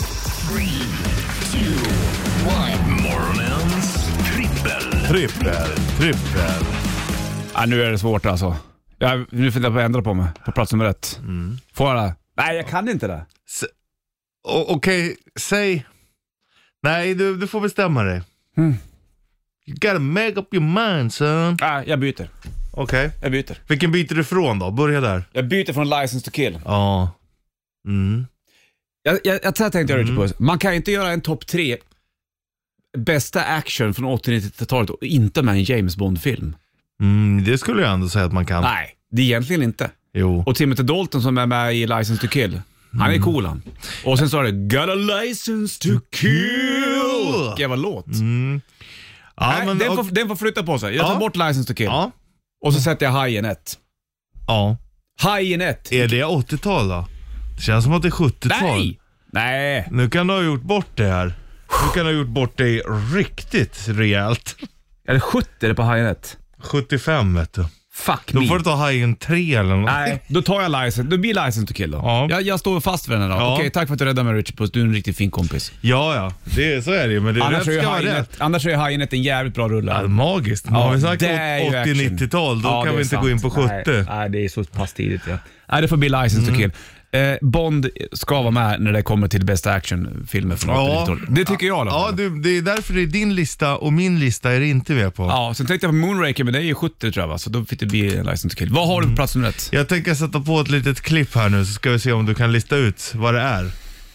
Morgonens trippel. Trippel, trippel. Ja, nu är det svårt alltså. Jag, nu får jag på att ändra på mig på plats nummer ett. Mm. Får jag det? Nej, jag kan inte det. S- o- Okej, säg. Nej, du, du får bestämma dig. Mm. You gotta make up your mind, son. Nej, jag byter. Okej. Jag byter. Vilken byter du ifrån då? Börja där. Jag byter från License to Kill. Ja. Mm. Jag, jag, jag tänkte jag Mm. Richard Puss. Man kan inte göra en topp tre bästa action från åttio- och nittiotalet och inte med en James Bond-film. Mm, det skulle jag ändå säga att man kan. Nej, det är egentligen inte. Jo. Och Timothy Dalton som är med i License to Kill. Han är cool han. Och sen så är det Got a license to kill. Jävla låt. Mm. Ja, Nej, men, den, och, får, den får flytta på sig. Jag tar Ja. bort license to kill. ja. Och så sätter jag high in ett. ja. High in ett. Är det åttiotal då? Det känns som att det är sjuttiotal. Nej! Nej. Nu kan du ha gjort bort det här. Nu kan du ha gjort bort det riktigt rejält. Är det sjuttio eller på high in ett? sjuttiofem vet du. Fuck Då me. får du ta high tre eller något. Nej, då tar jag license. Då blir license to kill då. Ja. Jag, jag står fast för den här då. Ja. Okej, tack för att du räddade mig Richard Puss. Du är en riktigt fin kompis. Ja, ja. Det, så är det ju. Men det är Annars rätt är, ju ska vara high rätt. net, annars är high net en jävligt bra rulle. Ja, magiskt. Men har vi sagt det är ju action. åttio nittiotal, då Ja, kan det vi är inte sant. gå in på sjuttio. Nej, nej, det är så pass tidigt. Ja. Nej, det får bli license Mm. to kill. Eh, Bond ska vara med när det kommer till bästa actionfilmer från Ja. åttio-talet. Det tycker jag i alla Ja, fall. du, det är därför det är din lista och min lista är det inte med på. Ja, sen tänkte jag på Moonraker, men det är ju sjuttio tror jag va? Så då fick det bli license to kill. Vad har du på plats nummer ett? Jag tänker sätta på ett litet klipp här nu så ska vi se om du kan lista ut vad det är.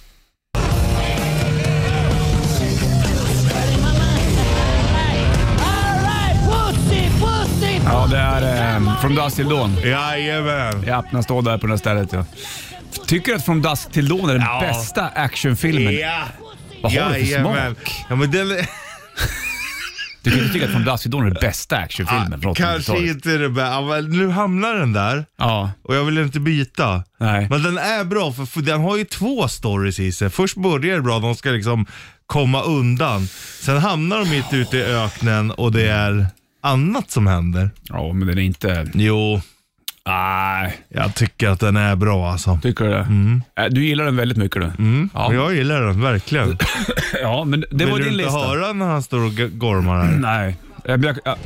Ja, det är eh, From Dusk Till Dawn. Jajamän. Ja, den står där på det här stället. Ja. Tycker du att From Dusk Till Dawn är den Ja. bästa actionfilmen? Ja. Vad har du för Jajamän. smak? Ja, men den, Du kan inte tycka att From Dusk Till Dawn är den bästa actionfilmen från kanske åttiotalet? inte det bästa. Ja, men nu hamnar den där Ja, och jag vill inte byta. nej. Men den är bra för, för den har ju två stories i sig. Först börjar det bra, de ska liksom komma undan. Sen hamnar de mitt ute i öknen och det är annat som händer. Ja, men den är inte... Jo, Nej, jag tycker att den är bra alltså. tycker du det? Mm. Äh, Du gillar den väldigt mycket du. Mm. Ja. Och jag gillar den verkligen. Ja, men det Vill var du din inte lista. höra när han står och g- gormar här? Nej. Jag, jag, jag,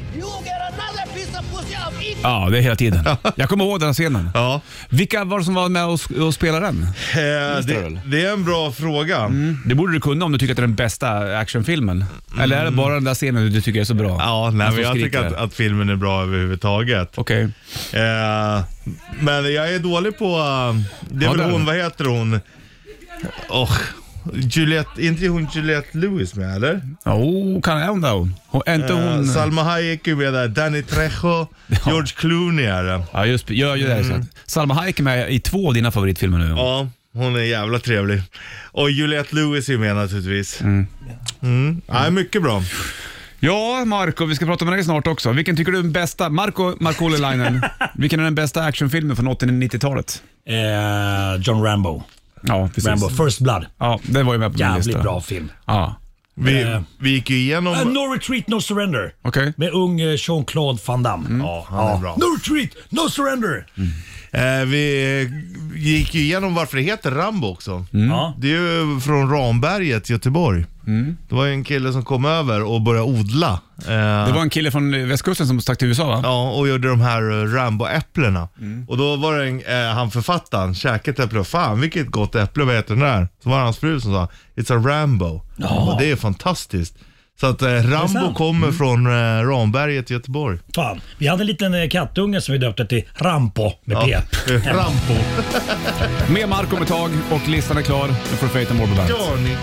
ja, det är hela tiden. Jag kommer ihåg den scenen. Ja, Vilka var det som var med och, och spelade den? eh, det, det är en bra fråga. Mm. Det borde du kunna om du tycker att det är den bästa actionfilmen. Eller är det bara den där scenen du tycker är så bra? Ja, nej, Han men står jag och tycker skriker. att, att filmen är bra överhuvudtaget. Okej. Eh, men jag är dålig på... Uh, det är Ja, väl det är hon, du. vad heter hon? Oh, Juliette, inte hon Juliette Lewis med eller? Oh, kan är hon där? Hon, är inte Eh, hon... Salma Hayek är med där, Danny Trejo, George Clooney är det. Ja, just gör ju det. Mm. Salma Hayek är med i två av dina favoritfilmer nu. Ja, hon är jävla trevlig. Och Juliette Lewis är med naturligtvis. Mm. Mm. Ja, mycket bra. Ja, Marco, vi ska prata med dig snart också. Vilken tycker du är den bästa? Marco Markoolinen. Vilken är den bästa actionfilmen från åttio-nittiotalet? Eh, John Rambo. Ja, precis. Rambo, First Blood. Ja, det var ju med på min Jävligt lista. bra film. Ja, Vi, Eh. vi gick ju igenom... Uh, no Retreat, No Surrender. okej. Med ung eh, Jean-Claude Van Damme. Ja, han är bra. No Retreat, No Surrender. Eh, vi gick ju igenom varför det heter Rambo också. Ja. Det är ju från Ramberget, Göteborg. Det var ju en kille som kom över och började odla. Eh, Det var en kille från västkusten som stack till U S A va? Ja, och gjorde de här uh, Rambo-äpplena. Och då var det en, eh, han författaren, käkade ett äpple och fan vilket gott äpple, vad heter den där? Så var det hans fru som sa, it's a Rambo. Och det är fantastiskt. Så att eh, Rambo sant? kommer från eh, Ramberget i Göteborg. Fan. Vi hade en liten eh, kattunge som vi döpte till Rampo med P. Ja, eh, Rambo. Med Marco om ett tag och listan är klar. Nu får du Fate and More på bandet. Ja, ni...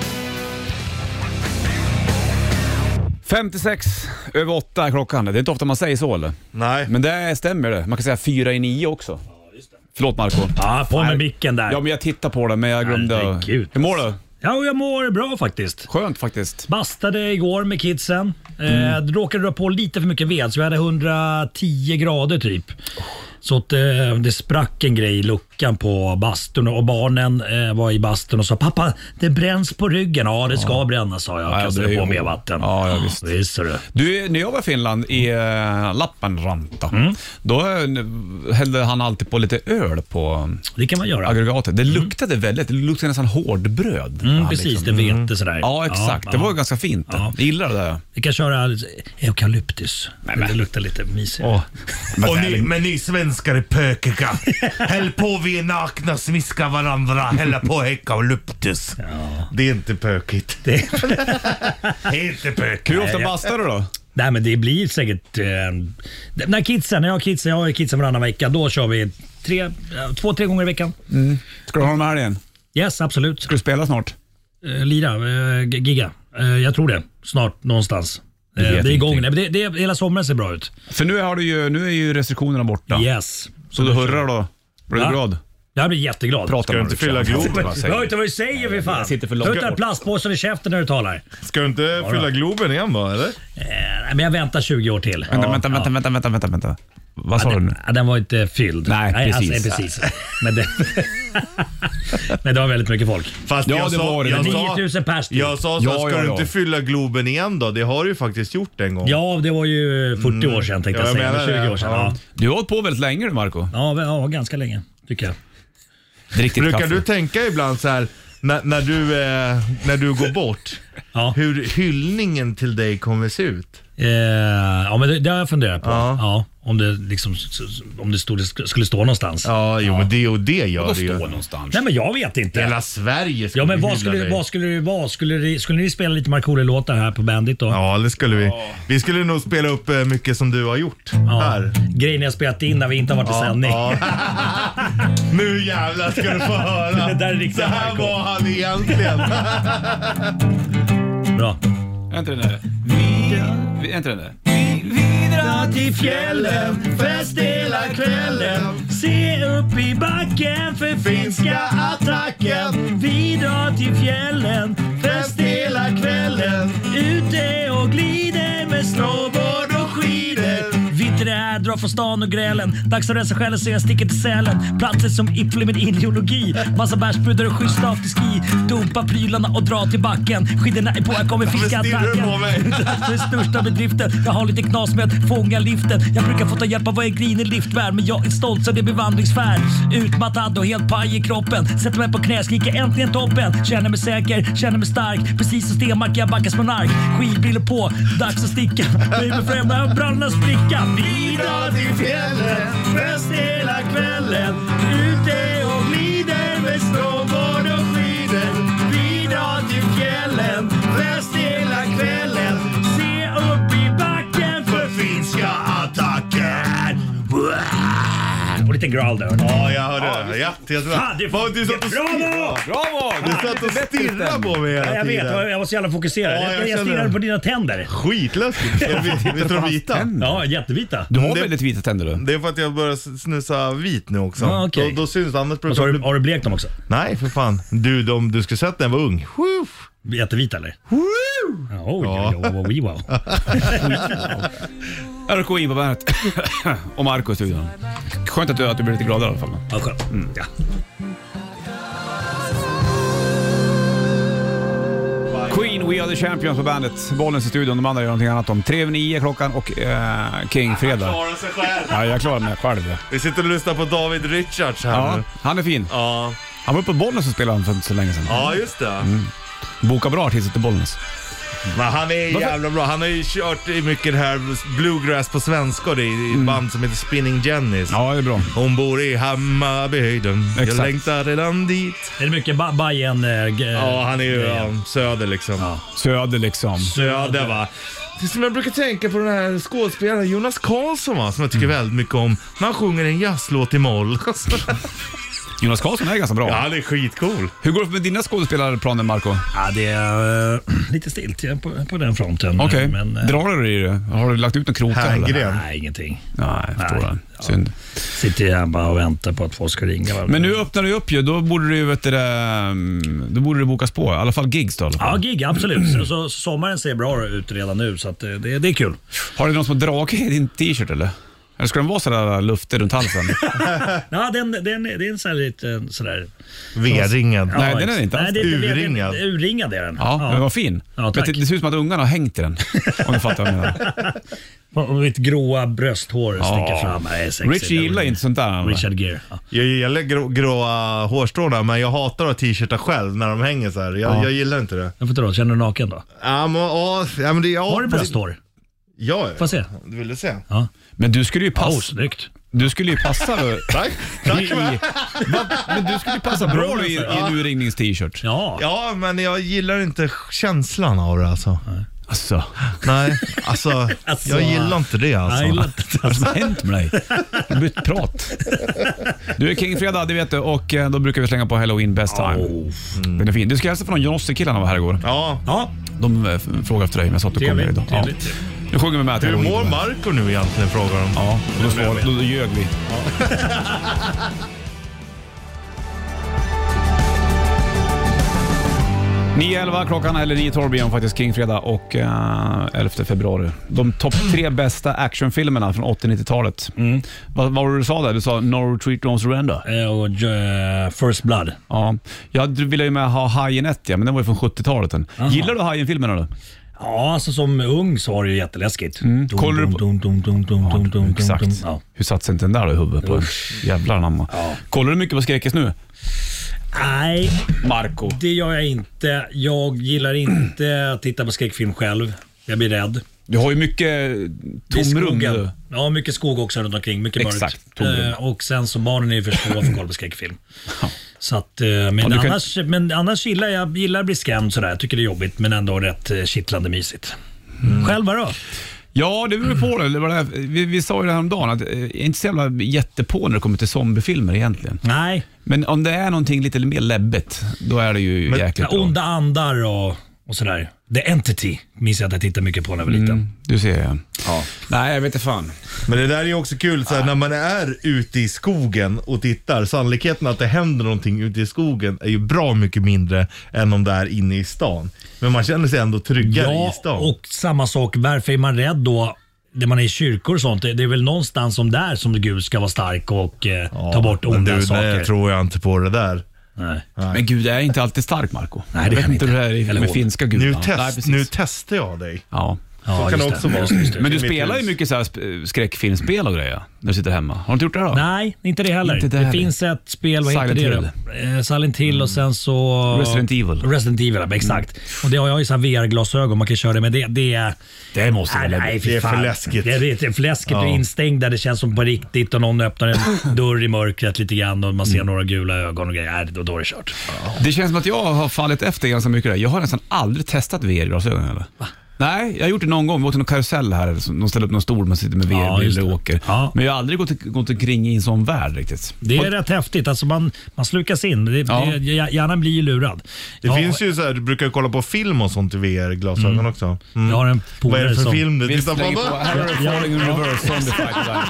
femtiosex över åtta är klockan. Det är inte ofta man säger så eller? Nej. Men det stämmer det. Man kan säga fyra i nio också. Förlåt Marco. Ja, på med micken där. Ja, men jag tittar på det men jag glömde. Herregud. Hur mår du? Ja, och jag mår bra faktiskt. Skönt faktiskt. Bastade igår med kidsen. Mm. Eh, råkade dra på lite för mycket ved så vi hade hundratio grader typ. Så att, eh, det sprack en grej i luckan på bastun och barnen eh, var i bastun och sa pappa det bränns på ryggen. Ja det ska ja. brännas sa jag. Ja, Kastade det är på ju- mer vatten. Ja, ja, visst. Visst är det. Du, när jag var i Finland i uh, Lappenranta, Mm. då uh, hällde han alltid på lite öl på Det kan man göra. aggregatet. Det luktade väldigt, det luktade nästan hårdbröd. Mm, Ja, precis, liksom. det vete sådär. Ja, exakt. Ja, det var ja. ju ganska fint. Ja. Jag gillar det där. Vi kan köra eukalyptus. Nej, men- Det luktar lite mysigt. Åh. Men Och det är- ni, men ni svenskar är pökiga. Häll på vi är nakna, smiska varandra, hälla på eukalyptus. Det är inte pökigt. Det, Det är inte pökigt. Hur ofta bastar du då? nej men det blir säkert... Eh, när kidsen, när jag har kidsen, jag har kidsen varannan vecka, då kör vi tre, eh, två, tre gånger i veckan. Ska du ha dem här igen? Yes, absolut. Ska du spela snart? Eh, lira, eh, g- giga. Eh, jag tror det. Snart någonstans. Eh, vet det är igång. ingenting. Nej, men det, det, hela sommaren ser bra ut. För nu, har du ju, nu är ju restriktionerna borta. Yes. Så du hurrar då? Blir du Ja. glad? Jag blir jätteglad. Prata du inte fylla Globen? Jag hör inte vad du säger för fan. sitter för Ta långt. ut den plastpåsen i käften när du talar. Ska du inte fylla Globen igen då, eller? Eh, men jag väntar tjugo år till. Vänta, vänta, vänta, vänta, vänta, vänta, vänta. Vad sa Ja, du nu? den, ja, den var inte fylld. Nej, precis. Alltså, precis. Men, det, men det var väldigt mycket folk. Fast Ja, jag det sa, var det. Jag nio sa, tusen pers till. jag sa så, Ja, ska ja, du ja. inte fylla Globen igen då? Det har du ju faktiskt gjort en gång. Ja, det var ju fyrtio år sedan tänkte Ja, jag jag säga. menar tjugo det. år sedan. Ja. Ja. Du har hållit på väldigt länge du, Marco. Ja, ja, ganska länge tycker jag. Riktigt Brukar kaffe. du tänka ibland så här när, när, du, eh, när du går bort, Ja. hur hyllningen till dig kommer se ut? Eh, ja, men det, det har jag funderat på. Ja. Ja. Om det, liksom, om det stod, skulle stå någonstans. Ja, jo, men det och det gör Då det ju. står någonstans. Nej, men jag vet inte. Hela Sverige skulle Ja, men hylla vad skulle, dig. vad skulle det vara? Skulle, det, skulle ni spela lite Markoolio-låtar här på Bandit då? Ja, det skulle vi. Vi skulle nog spela upp eh, mycket som du har gjort Ja. här. Grejer ni har spelat in när vi inte har varit i sändning. Ja. Nu jävlar ska du få höra. Det där är Så riktigt här Marco. var han egentligen. Bra. Är inte den där? Vi, är inte den där? Dra till fjällen, fest hela kvällen. Se upp i backen för finska attacken. Vi drar till fjällen, fest hela kvällen. Ute och glider med snowboard och skidor. Vinter är här, drar från stan och grälen. Dags att rensa själen så jag sticker till Sälen. Platser som Ifly med ideologi. Massa bärsbrudar och schysst afterski. Dumpa prylarna och dra till backen. Skidorna är på, jag kommer fiska Varför stirrar du på mig? Det är största bedriften. Jag har lite knas med att fånga liften. Jag brukar få ta hjälp av vad en grinig liftvärd. Men jag är stolt så det blir vandringsfärd. Utmattad och helt paj i kroppen. Sätter mig på knä, skriker äntligen toppen. Känner mig säker, känner mig stark. Precis som Stenmark, jag backas monark. Skidbrillor på, dags att sticka. Baby främna brallorna spricka. Vi drar till fjällen, fest hela kvällen. Ute och glider med snowboard och skidor. Vi drar till fjällen, fest hela kvällen. Se upp i backen för finska attacken. Och lite growl där. Ja, jag hörde det. Ja, jättebra. Fan, det- Fan, du satt och Bravo! Bravo! Du satt och stirrade på mig hela Ja, jag vet, tiden. jag var så jävla fokuserad. Ja, jag jag jag känner stirrade det. på dina tänder. Skitläskigt. Är det vi- Vet du de vita? Ja, jättevita. Du har Det- väldigt vita tänder du. Det är för att jag börjar snusa vit nu också. Ja, okej. då, då syns det, annars Och så brukar har, det du, bli... har du blekt dem också? Nej, för fan. Du, de, du skulle sett när jag var ung. Woo! Jättevita eller? Woo! Ja, oj, oj, oj, oj, oj, wow. R K in på bandet. Och Marco i studion. Skönt att du, att du blir lite gladare i alla fall. Ja, skönt. Mm, ja. Queen, We Are The Champions på bandet. Bollens i studion, de andra gör någonting annat om. Tre över nio klockan och eh, King fredag. Klarar sig själv. Ja, jag klarar mig själv. Vi sitter och lyssnar på David Richards här Ja, nu. han är fin. Ja. Han var uppe på Bollnäs och spelade för inte så länge sedan. Ja, just det. Boka bra artister till Bollnäs. Men han är jävla bra. Han har ju kört i mycket det här bluegrass på svenska. Det är ett band som heter Spinning Jennies. Ja, det är bra. Hon bor i Hammarbyhöjden. Jag Exakt. längtar redan dit. Är det mycket ba- Bajen? Äh, Ja, han är ju ja, söder liksom. Söder liksom. Söder va. Det är som jag brukar tänka på den här skådespelaren Jonas Karlsson va, som jag tycker väldigt mycket om. Man sjunger en jazzlåt i moll. Jonas Karlsson är ganska bra. Ja, han är skitcool. Hur går det med dina skådespelarplaner, Marco? Ja, det är uh, lite stilt ja, på, på den fronten. Okej, Men, uh, drar du i det? Har du lagt ut några krokar? Herngren. eller? nej, ingenting. Nej, jag förstår Nej. det. Synd. Sitter jag här bara och väntar på att folk ska ringa. Va? Men nu öppnar du upp ju, då borde du, vet du, det, då borde det bokas på. I alla fall gigs då. I alla Ja, fall. gig, absolut. Så, så sommaren ser bra ut redan nu, så att det, det, det är kul. Har du någon som har dragit i din t-shirt eller? Eller ska den vara sådär luftig runt halsen? Ja, den, den, det är en sån här lite sådär... V-ringen. Nej, den är inte alls. Nej, det, det, det, Urringad. det, urringad är den. Ja, den var fin. Ja, Men tack. det, det ser ut som att ungarna har hängt i den. Om du fattar vad jag menar. Och mitt gråa brösthår sticker fram. Nej, sexigt. Richie gillar inte sånt där. han. Richard Gere. Ja. Jag gillar grå, gråa hårstråna, men jag hatar att ha t-shirtar själv när de hänger så här. Jag, Ja. jag gillar inte det. Jag får dra, känner du naken då? Ja, men, ja, ja, men det ja, Har du brösthår? Ja, Får jag se? du ville se? Ja. Men du skulle ju Oh, passa... snyggt. Du skulle ju passa... Tack. i, i, Va? Men du skulle ju passa bra i, i en urringnings-t-shirt. Ja. Ja, men jag gillar inte känslan av det alltså. Alltså, Nej, alltså, Alltså. jag gillar inte det alltså. Jag gillar inte det. vad som har hänt med dig? Du har bytt prat. Du är King-fredag, det vet du, och eh, då brukar vi slänga på Halloween Best Time. Oh. Den är fin. Du ska hälsa från Jonossi-killarna var här igår. Ja. Ja, De eh, frågade efter dig, men jag sa att du kommer trevligt. idag. Ja. trevligt. Nu sjunger vi med till Hur Halloween. mår Marco nu egentligen, frågar de. Ja, och då, svarade, då, då ljög vi. nio elva klockan, eller nio tolv igen faktiskt, King fredag och uh, elfte februari. De topp tre bästa actionfilmerna från åttio-nittiotalet. Mm. Vad vad var det du sa där? Du sa No Retreat, No Surrender. Eh, och uh, First Blood. Ja, jag ville ju med ha Hajen ett, ja, men den var ju från sjuttiotalet. Aha. Gillar du Hajen-filmerna då? Ja, alltså som ung så var det ju jätteläskigt. Mm. Kollar du på... Exakt. Ja. Hur satt sig inte den där i huvudet på? Jävlar namma. Ja. Kollar du mycket på skräckis nu? Nej, Marco. Det gör jag inte. Jag gillar inte att titta på skräckfilm själv. Jag blir rädd. Du har ju mycket tomrum. Ja, mycket skog också runt omkring. Mycket Exakt, mörkt. Och sen så barnen är ju för små för att kolla på skräckfilm. Så att, men, ja, annars, kan... men annars gillar jag gillar att bli skrämd sådär. Jag tycker det är jobbigt, men ändå rätt kittlande mysigt. Mm. Själva då? Ja, det beror på det. det, var det vi, vi sa ju det här om dagen att jag är inte så jävla jättepå när det kommer till zombiefilmer egentligen. Nej. Men om det är någonting lite mer läbbigt, då är det ju men, jäkligt bra. Onda andar och, och sådär. The Entity minns jag att jag tittade mycket på när jag var liten. Mm, du ser jag. Ja. Nej, jag vet inte fan. Men det där är ju också kul, så här, när man är ute i skogen och tittar, sannolikheten att det händer någonting ute i skogen är ju bra mycket mindre än om det är inne i stan. Men man känner sig ändå tryggare ja, i stan. Och samma sak, varför är man rädd då? Det man är i kyrkor och sånt, det är väl någonstans som där som Gud ska vara stark och eh, ja, ta bort onda du, saker. Nej, tror jag inte på det där. Nej. Nej. Men Gud är inte alltid stark, Marco. Nej, det jag vet inte hur det är med finska Gud. Nu, test, nu testar jag dig. Ja. Så ja, kan det också vara. Men du spelar ju mycket så här skräckfilmspel och grejer när du sitter hemma. Har du inte gjort det då? Nej, inte det heller. Inte det, det finns ett spel, vad Silent heter det? Hill. Silent Hill och sen så... Resident Evil. Resident Evil, exakt. Mm. Och det har jag ju så här V R-glasögon, man kan köra det, men det, det är... Det måste nej, nej, det är för läskigt. Det är, det är för läskigt ja. Och instängd där det känns som på riktigt och någon öppnar en dörr i mörkret lite grann och man ser mm. några gula ögon och grejer. Nej, då, då är det kört. Ja. Det känns som att jag har fallit efter ganska mycket där. Jag har nästan aldrig testat V R-glasögon eller? Va? Nej, jag har gjort det någon gång. Vi åkte någon karusell här. De ställer upp någon stol, man sitter med V R-bilder ja, och åker. Ja. Men jag har aldrig gått, gått omkring i en sån värld riktigt. Det är och, rätt häftigt. Alltså man, man slukas in. Det, ja. det, hjärnan blir ju lurad. Det ja. finns ju så här, du brukar kolla på film och sånt i V R-glasögon mm. också. Mm. Jag har en Vad är det för som, film du tittar på? på här är det Falling in Reverse, Zombie Fight Light.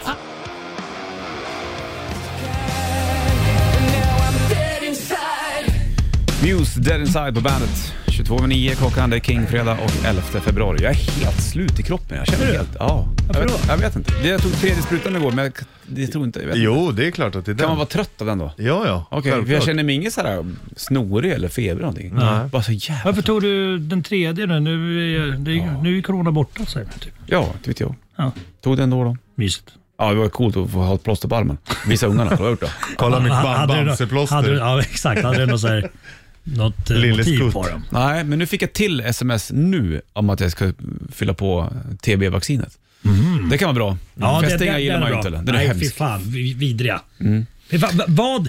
Muse, Dead Inside på bandet. tjugotvå över nio klockan, det är King fredag och elfte februari. Jag är helt slut i kroppen. Jag känner helt... Ja, jag vet, jag vet inte. Det jag tog tredje sprutan igår, men jag, det tror inte... Jag vet jo, inte. det är klart att det är den. Kan man vara trött av den då? Ja, ja. Okej, okay, jag känner mig ingen så här snorig eller feber eller någonting. Nej. Bara så jävla... Varför tog du den tredje då? Nu är, det, ja. nu är corona borta, säger man typ. Ja, det vet jag. Ja. Tog den då då? Mysigt. Ja, det var coolt att få ha ett plåster på armen. Visa ungarna, vad har gjort då? Kolla mitt bamseplåster. Ja, exakt. Hade du något så här... något motiv på dem. Nej, men nu fick jag till sms nu om att jag ska fylla på T B-vaccinet. Mm. Det kan vara bra. Ja, fästingar det, det, gillar man ju inte. Det är Nej, hemskt. Fy fan, vidriga. Mm. Fy fan, vad...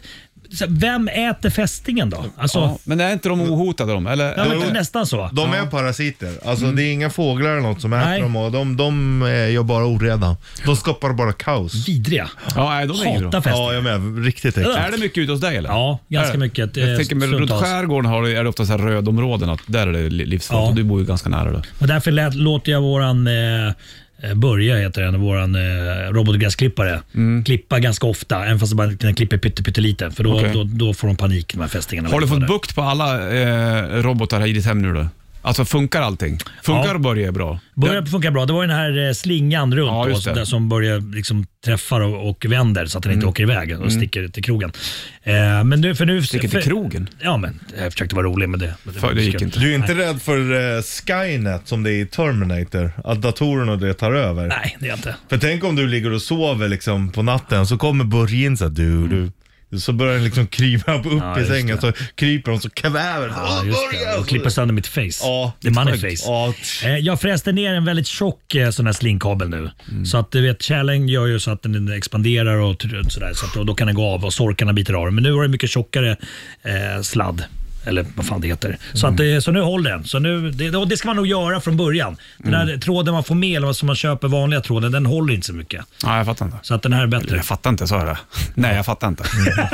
Vem äter fästingen då? Alltså, ja, men är inte de ohotade de? Eller? Ja, men nästan så. De är ja. parasiter. Alltså mm. det är inga fåglar eller något som äter Nej. dem och de, de är bara oreda. De skapar bara kaos. Vidriga. Ja, nej, de är Hatar fästingar. Ja, jag med. Riktigt äckligt. Är det mycket ute hos dig eller? Ja, ganska mycket. Jag tänker med runt skärgården har det, är det ofta så här rödområden att där är det livsfarligt ja. och du bor ju ganska nära då. Och därför lät, låter jag våran eh, Börja heter den, våran eh, robotgräsklippare. Mm. Klippa ganska ofta, även fast bara den klipper pytte, pytte lite. För då, okay. då, då får de panik, de här fästingarna. Har du fått bukt på alla eh, robotar här i ditt hem nu då? Alltså funkar allting? Funkar ja. Börjar bra? Börjar funkar bra. Det var den här slingan runt ja, oss, där som börjar liksom träffar och, och vänder så att den mm. inte åker iväg och mm. sticker till krogen. Eh, men nu, för nu, sticker till för, krogen? Ja, men jag försökte vara rolig med det. Men det, för, det gick inte. Du är inte Nej. rädd för uh, Skynet som det är i Terminator? Att datorerna och det tar över? Nej, det är jag inte. För tänk om du ligger och sover liksom på natten så kommer början så att du... Mm. du så börjar den liksom krypa upp ja, i sängen det. Så kryper de så kväver ja, oh, och klipper sönder mitt face. Ja, det är moneyface. Ja. Eh, jag fräste ner en väldigt tjock eh, sån här slingkabel nu. Mm. Så att du vet, kärlen gör ju så att den expanderar och sådär. Så att då, då kan den gå av och sorkarna biter av. Men nu var det mycket tjockare eh, sladd. Eller vad fan det heter. Så, att, så nu håller den. Så nu, det, det ska man nog göra från början. Den där mm. tråden man får med, eller som man köper vanliga tråden, den håller inte så mycket. Ja, jag fattar inte. Så att den här är bättre. Jag fattar inte, så är det. Nej, jag fattar inte.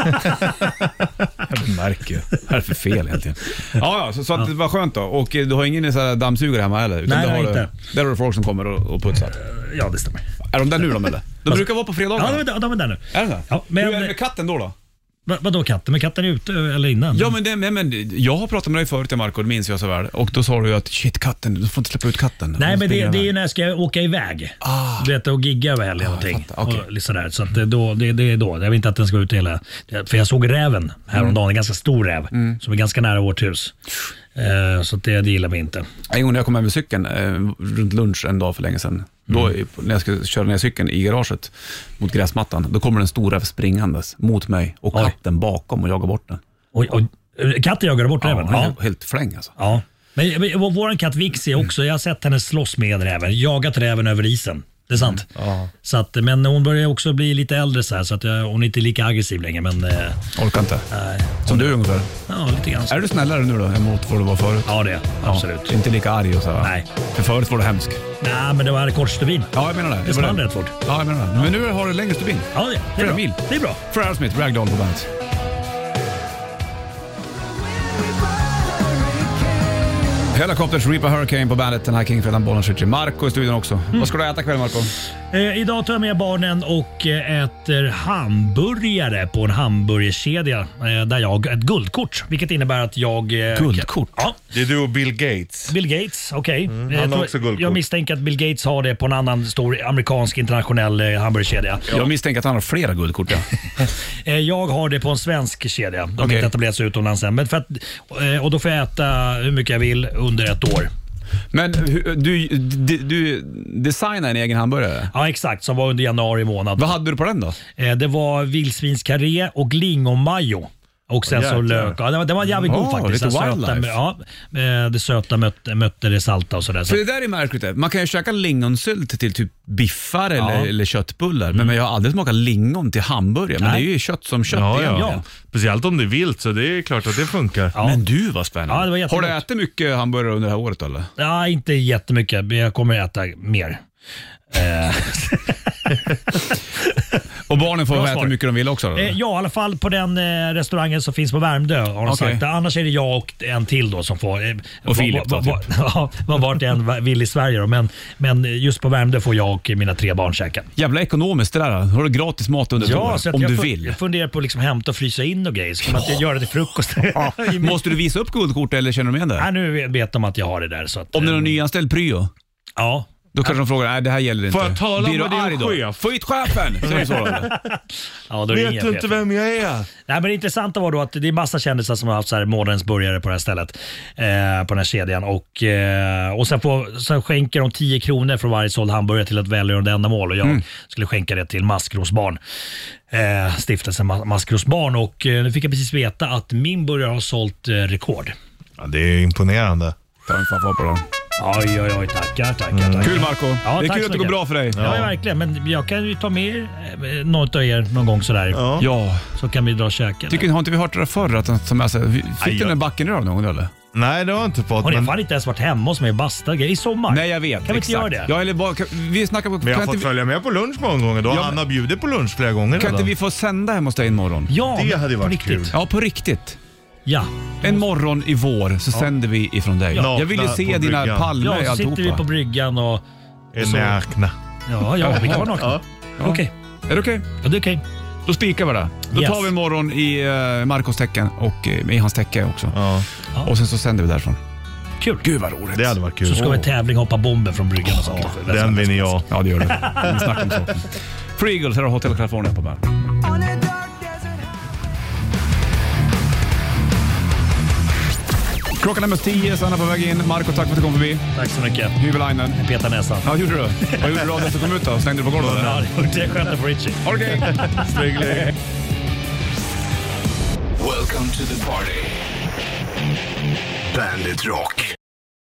Jag märker ju. Vad är det för fel egentligen? Ja, ja, så, så att ja. det var skönt då. Och du har ingen så här dammsugare hemma eller? Utan Nej, har inte. Du, där är det folk som kommer och, och putsar. Ja, det stämmer. Är de där nu de eller? De alltså, brukar vara på fredagar. Ja, de är där, de är där nu. Är det så? Ja, men... Hur är det med katten då då? Va, vadå katten? Men katten är ute eller innan? Ja, men, det, men, men jag har pratat med dig förut, Marco, det minns jag så väl. Och då sa du ju att shit, katten, du får inte släppa ut katten. Nej, men det, det är ju när jag ska åka iväg. Ah. Du vet, och gigga över helgen ah, någonting. Okay. Och sådär. Så att det, då, det, det är då. Jag vill inte att den ska ut hela... För jag såg räven häromdagen, mm. en ganska stor räv, mm. som är ganska nära vårt hus. Uh, så det, det gillar vi inte. En gång när jag kom med med cykeln uh, runt lunch en dag för länge sedan. Mm. Då, när jag ska köra ner cykeln i garaget mot gräsmattan, då kommer den stora springandes mot mig och katten Oj. bakom och jagar bort den. Oj, oj. Katten jagar bort räven? Ja, helt, helt fläng alltså. Ja. Men, men vår katt Vixi också, jag har sett henne slåss med räven, jagat räven över isen. Det är sant. Mm. Ja. Så att, men hon börjar också bli lite äldre så, här, så att jag, hon är inte lika aggressiv längre. Men, eh, orkar inte? Nej. Som du ungefär? Ja, lite grann så. Är du snällare nu då emot vad du var förut? Ja, det är absolut. Ja, inte lika arg och så här. Nej. För förut var du hemsk. Nej, men det var rekordstubin. Ja, jag menar det. Det spann rätt fort. Ja, jag menar det. Men nu har du längre stubin. Ja, det, det är bra. Mil. Det är bra. För Aerosmith, Ragdoll på bandet. Helicopters, Reaper Hurricane på bandet. Den här King Fredan Bollen skjuter Marco i studion också. Mm. Vad ska du äta kväll, Marco? Eh, idag tar jag med barnen och äter hamburgare på en hamburgerkedja eh, där jag har ett guldkort. Vilket innebär att jag... Eh, guldkort? Ja. Det är du och Bill Gates. Bill Gates, okej. Okay. Mm, han har också guldkort. Jag misstänker att Bill Gates har det på en annan stor amerikansk internationell eh, hamburgerkedja. Ja. Jag misstänker att han har flera guldkort, ja. eh, jag har det på en svensk kedja. De har okay. inte etablerats utomlands än. Men för att, eh, och då får jag äta hur mycket jag vill under ett år. Men du, du, du designade en egen hamburgare? Ja, exakt. Som var under januari månad. Vad hade du på den då? Eh, det var vildsvinskarré och lingonmajo. Och sen oh, så lök. Ja, det var, det var jävligt oh, god faktiskt. Lite söta, ja, det söta mötte, mötte det salta och sådär. För det där är märkligt. Man kan ju käka lingonsylt till typ biffar ja. eller, eller köttbullar. Mm. Men jag har aldrig smakat lingon till hamburgare. Men Nej. det är ju kött som kött. Ja, ja. ja. Speciellt om det är vilt, så det är klart att det funkar. Ja. Men du, var spännande. Ja, det var har du ätit mycket hamburgare under det här året eller? Ja, inte jättemycket. Men jag kommer äta mer. Och barnen får äta hur mycket de vill också då? Eh, ja, i alla fall på den eh, restaurangen som finns på Värmdö har de okay. sagt. Annars är det jag och en till då som får. Eh, och Filip då? Va, va, va, ja, vart en vill i Sverige då. Men, men just på Värmdö får jag och mina tre barn käka. Jävla ekonomiskt det där. Har du gratis mat under ja, så om jag du fun- vill? Jag funderar på att liksom hämta och frysa in och grejer. Så kan man inte göra det till frukost. Ja. Måste du visa upp guldkort eller känner du med det? Nej, nu vet de att jag har det där. Så att, om det är någon nyanställd pryo? Ja. Då kanske de frågar, nej det här gäller inte. Får jag tala Blir med din chef? Få hit chefen! Säger så ja, då vet du inte vem jag är? Nej, men det intressanta var då att det är massa kändisar som har haft så här månadens burgare på det här stället. Eh, på den här kedjan. Och, eh, och sen, får, sen skänker de tio kronor från varje såld hamburgare till ett välgörande ändamål. Och jag mm. skulle skänka det till Maskrosbarn. Eh, stiftelsen Maskrosbarn. Och eh, nu fick jag precis veta att min burgare har sålt eh, rekord. Ja, det är imponerande. Ta en faffa på dem. Oj, oj, oj, tackar, tackar, mm. tackar. Kul Marco. Ja, det är kul att det går bra för dig. Ja, ja, verkligen. Men jag kan ju ta med något av er någon gång sådär. Ja. ja. Så kan vi dra och käka. Tycker, har inte vi hört det där förr? Att, som jag säger, fick Aj, du den backen röv någon gång eller? Nej, det har jag inte fått. Har ni men... fan inte ens varit hemma hos mig och bastat i sommar? Nej, jag vet. Kan vi exakt. inte göra det? Ja, eller bara, kan, vi snackar på, men jag har fått vi... följa med på lunch många gånger. Då har ja, Anna bjudit på lunch flera gånger. Kan redan. inte vi få sända hem hos dig imorgon? Ja, det hade varit riktigt. kul. Ja, på riktigt. Ja. En morgon i vår så ja. sänder vi ifrån dig. Ja. Jag vill ju se dina palmer ja, och alltihopa. sitter vi på bryggan och... Är nakna. Ja, ja, vi kan vara nakna. Ja. Ja. Okej. Okay. Är det okej? Okay? Ja, det är okej. Okay. Då spikar vi det. Då yes. tar vi imorgon i uh, Marcos tecken och uh, i hans täcke också. Ja. Ja. Och sen så sänder vi därifrån. Kul. Gud vad roligt. Det hade varit kul. Så ska vi tävling hoppa bomber från bryggan och sånt. Ja, den vinner jag. Ja, det gör det. Vi snackar om saken. Free Eagles här har Hotel California på bandet. Klockan är mest tio, Sanna på väg in. Marco, tack för att du kom förbi. Tack så mycket. Hyvelainen. Petar näsan. Ja, gjorde du? Vad gjorde du av det som kom ut då? Slängde du på golvet? Ja, det är skönt på Richie. Okej. Strigling. Welcome to the party. Bandit Rock.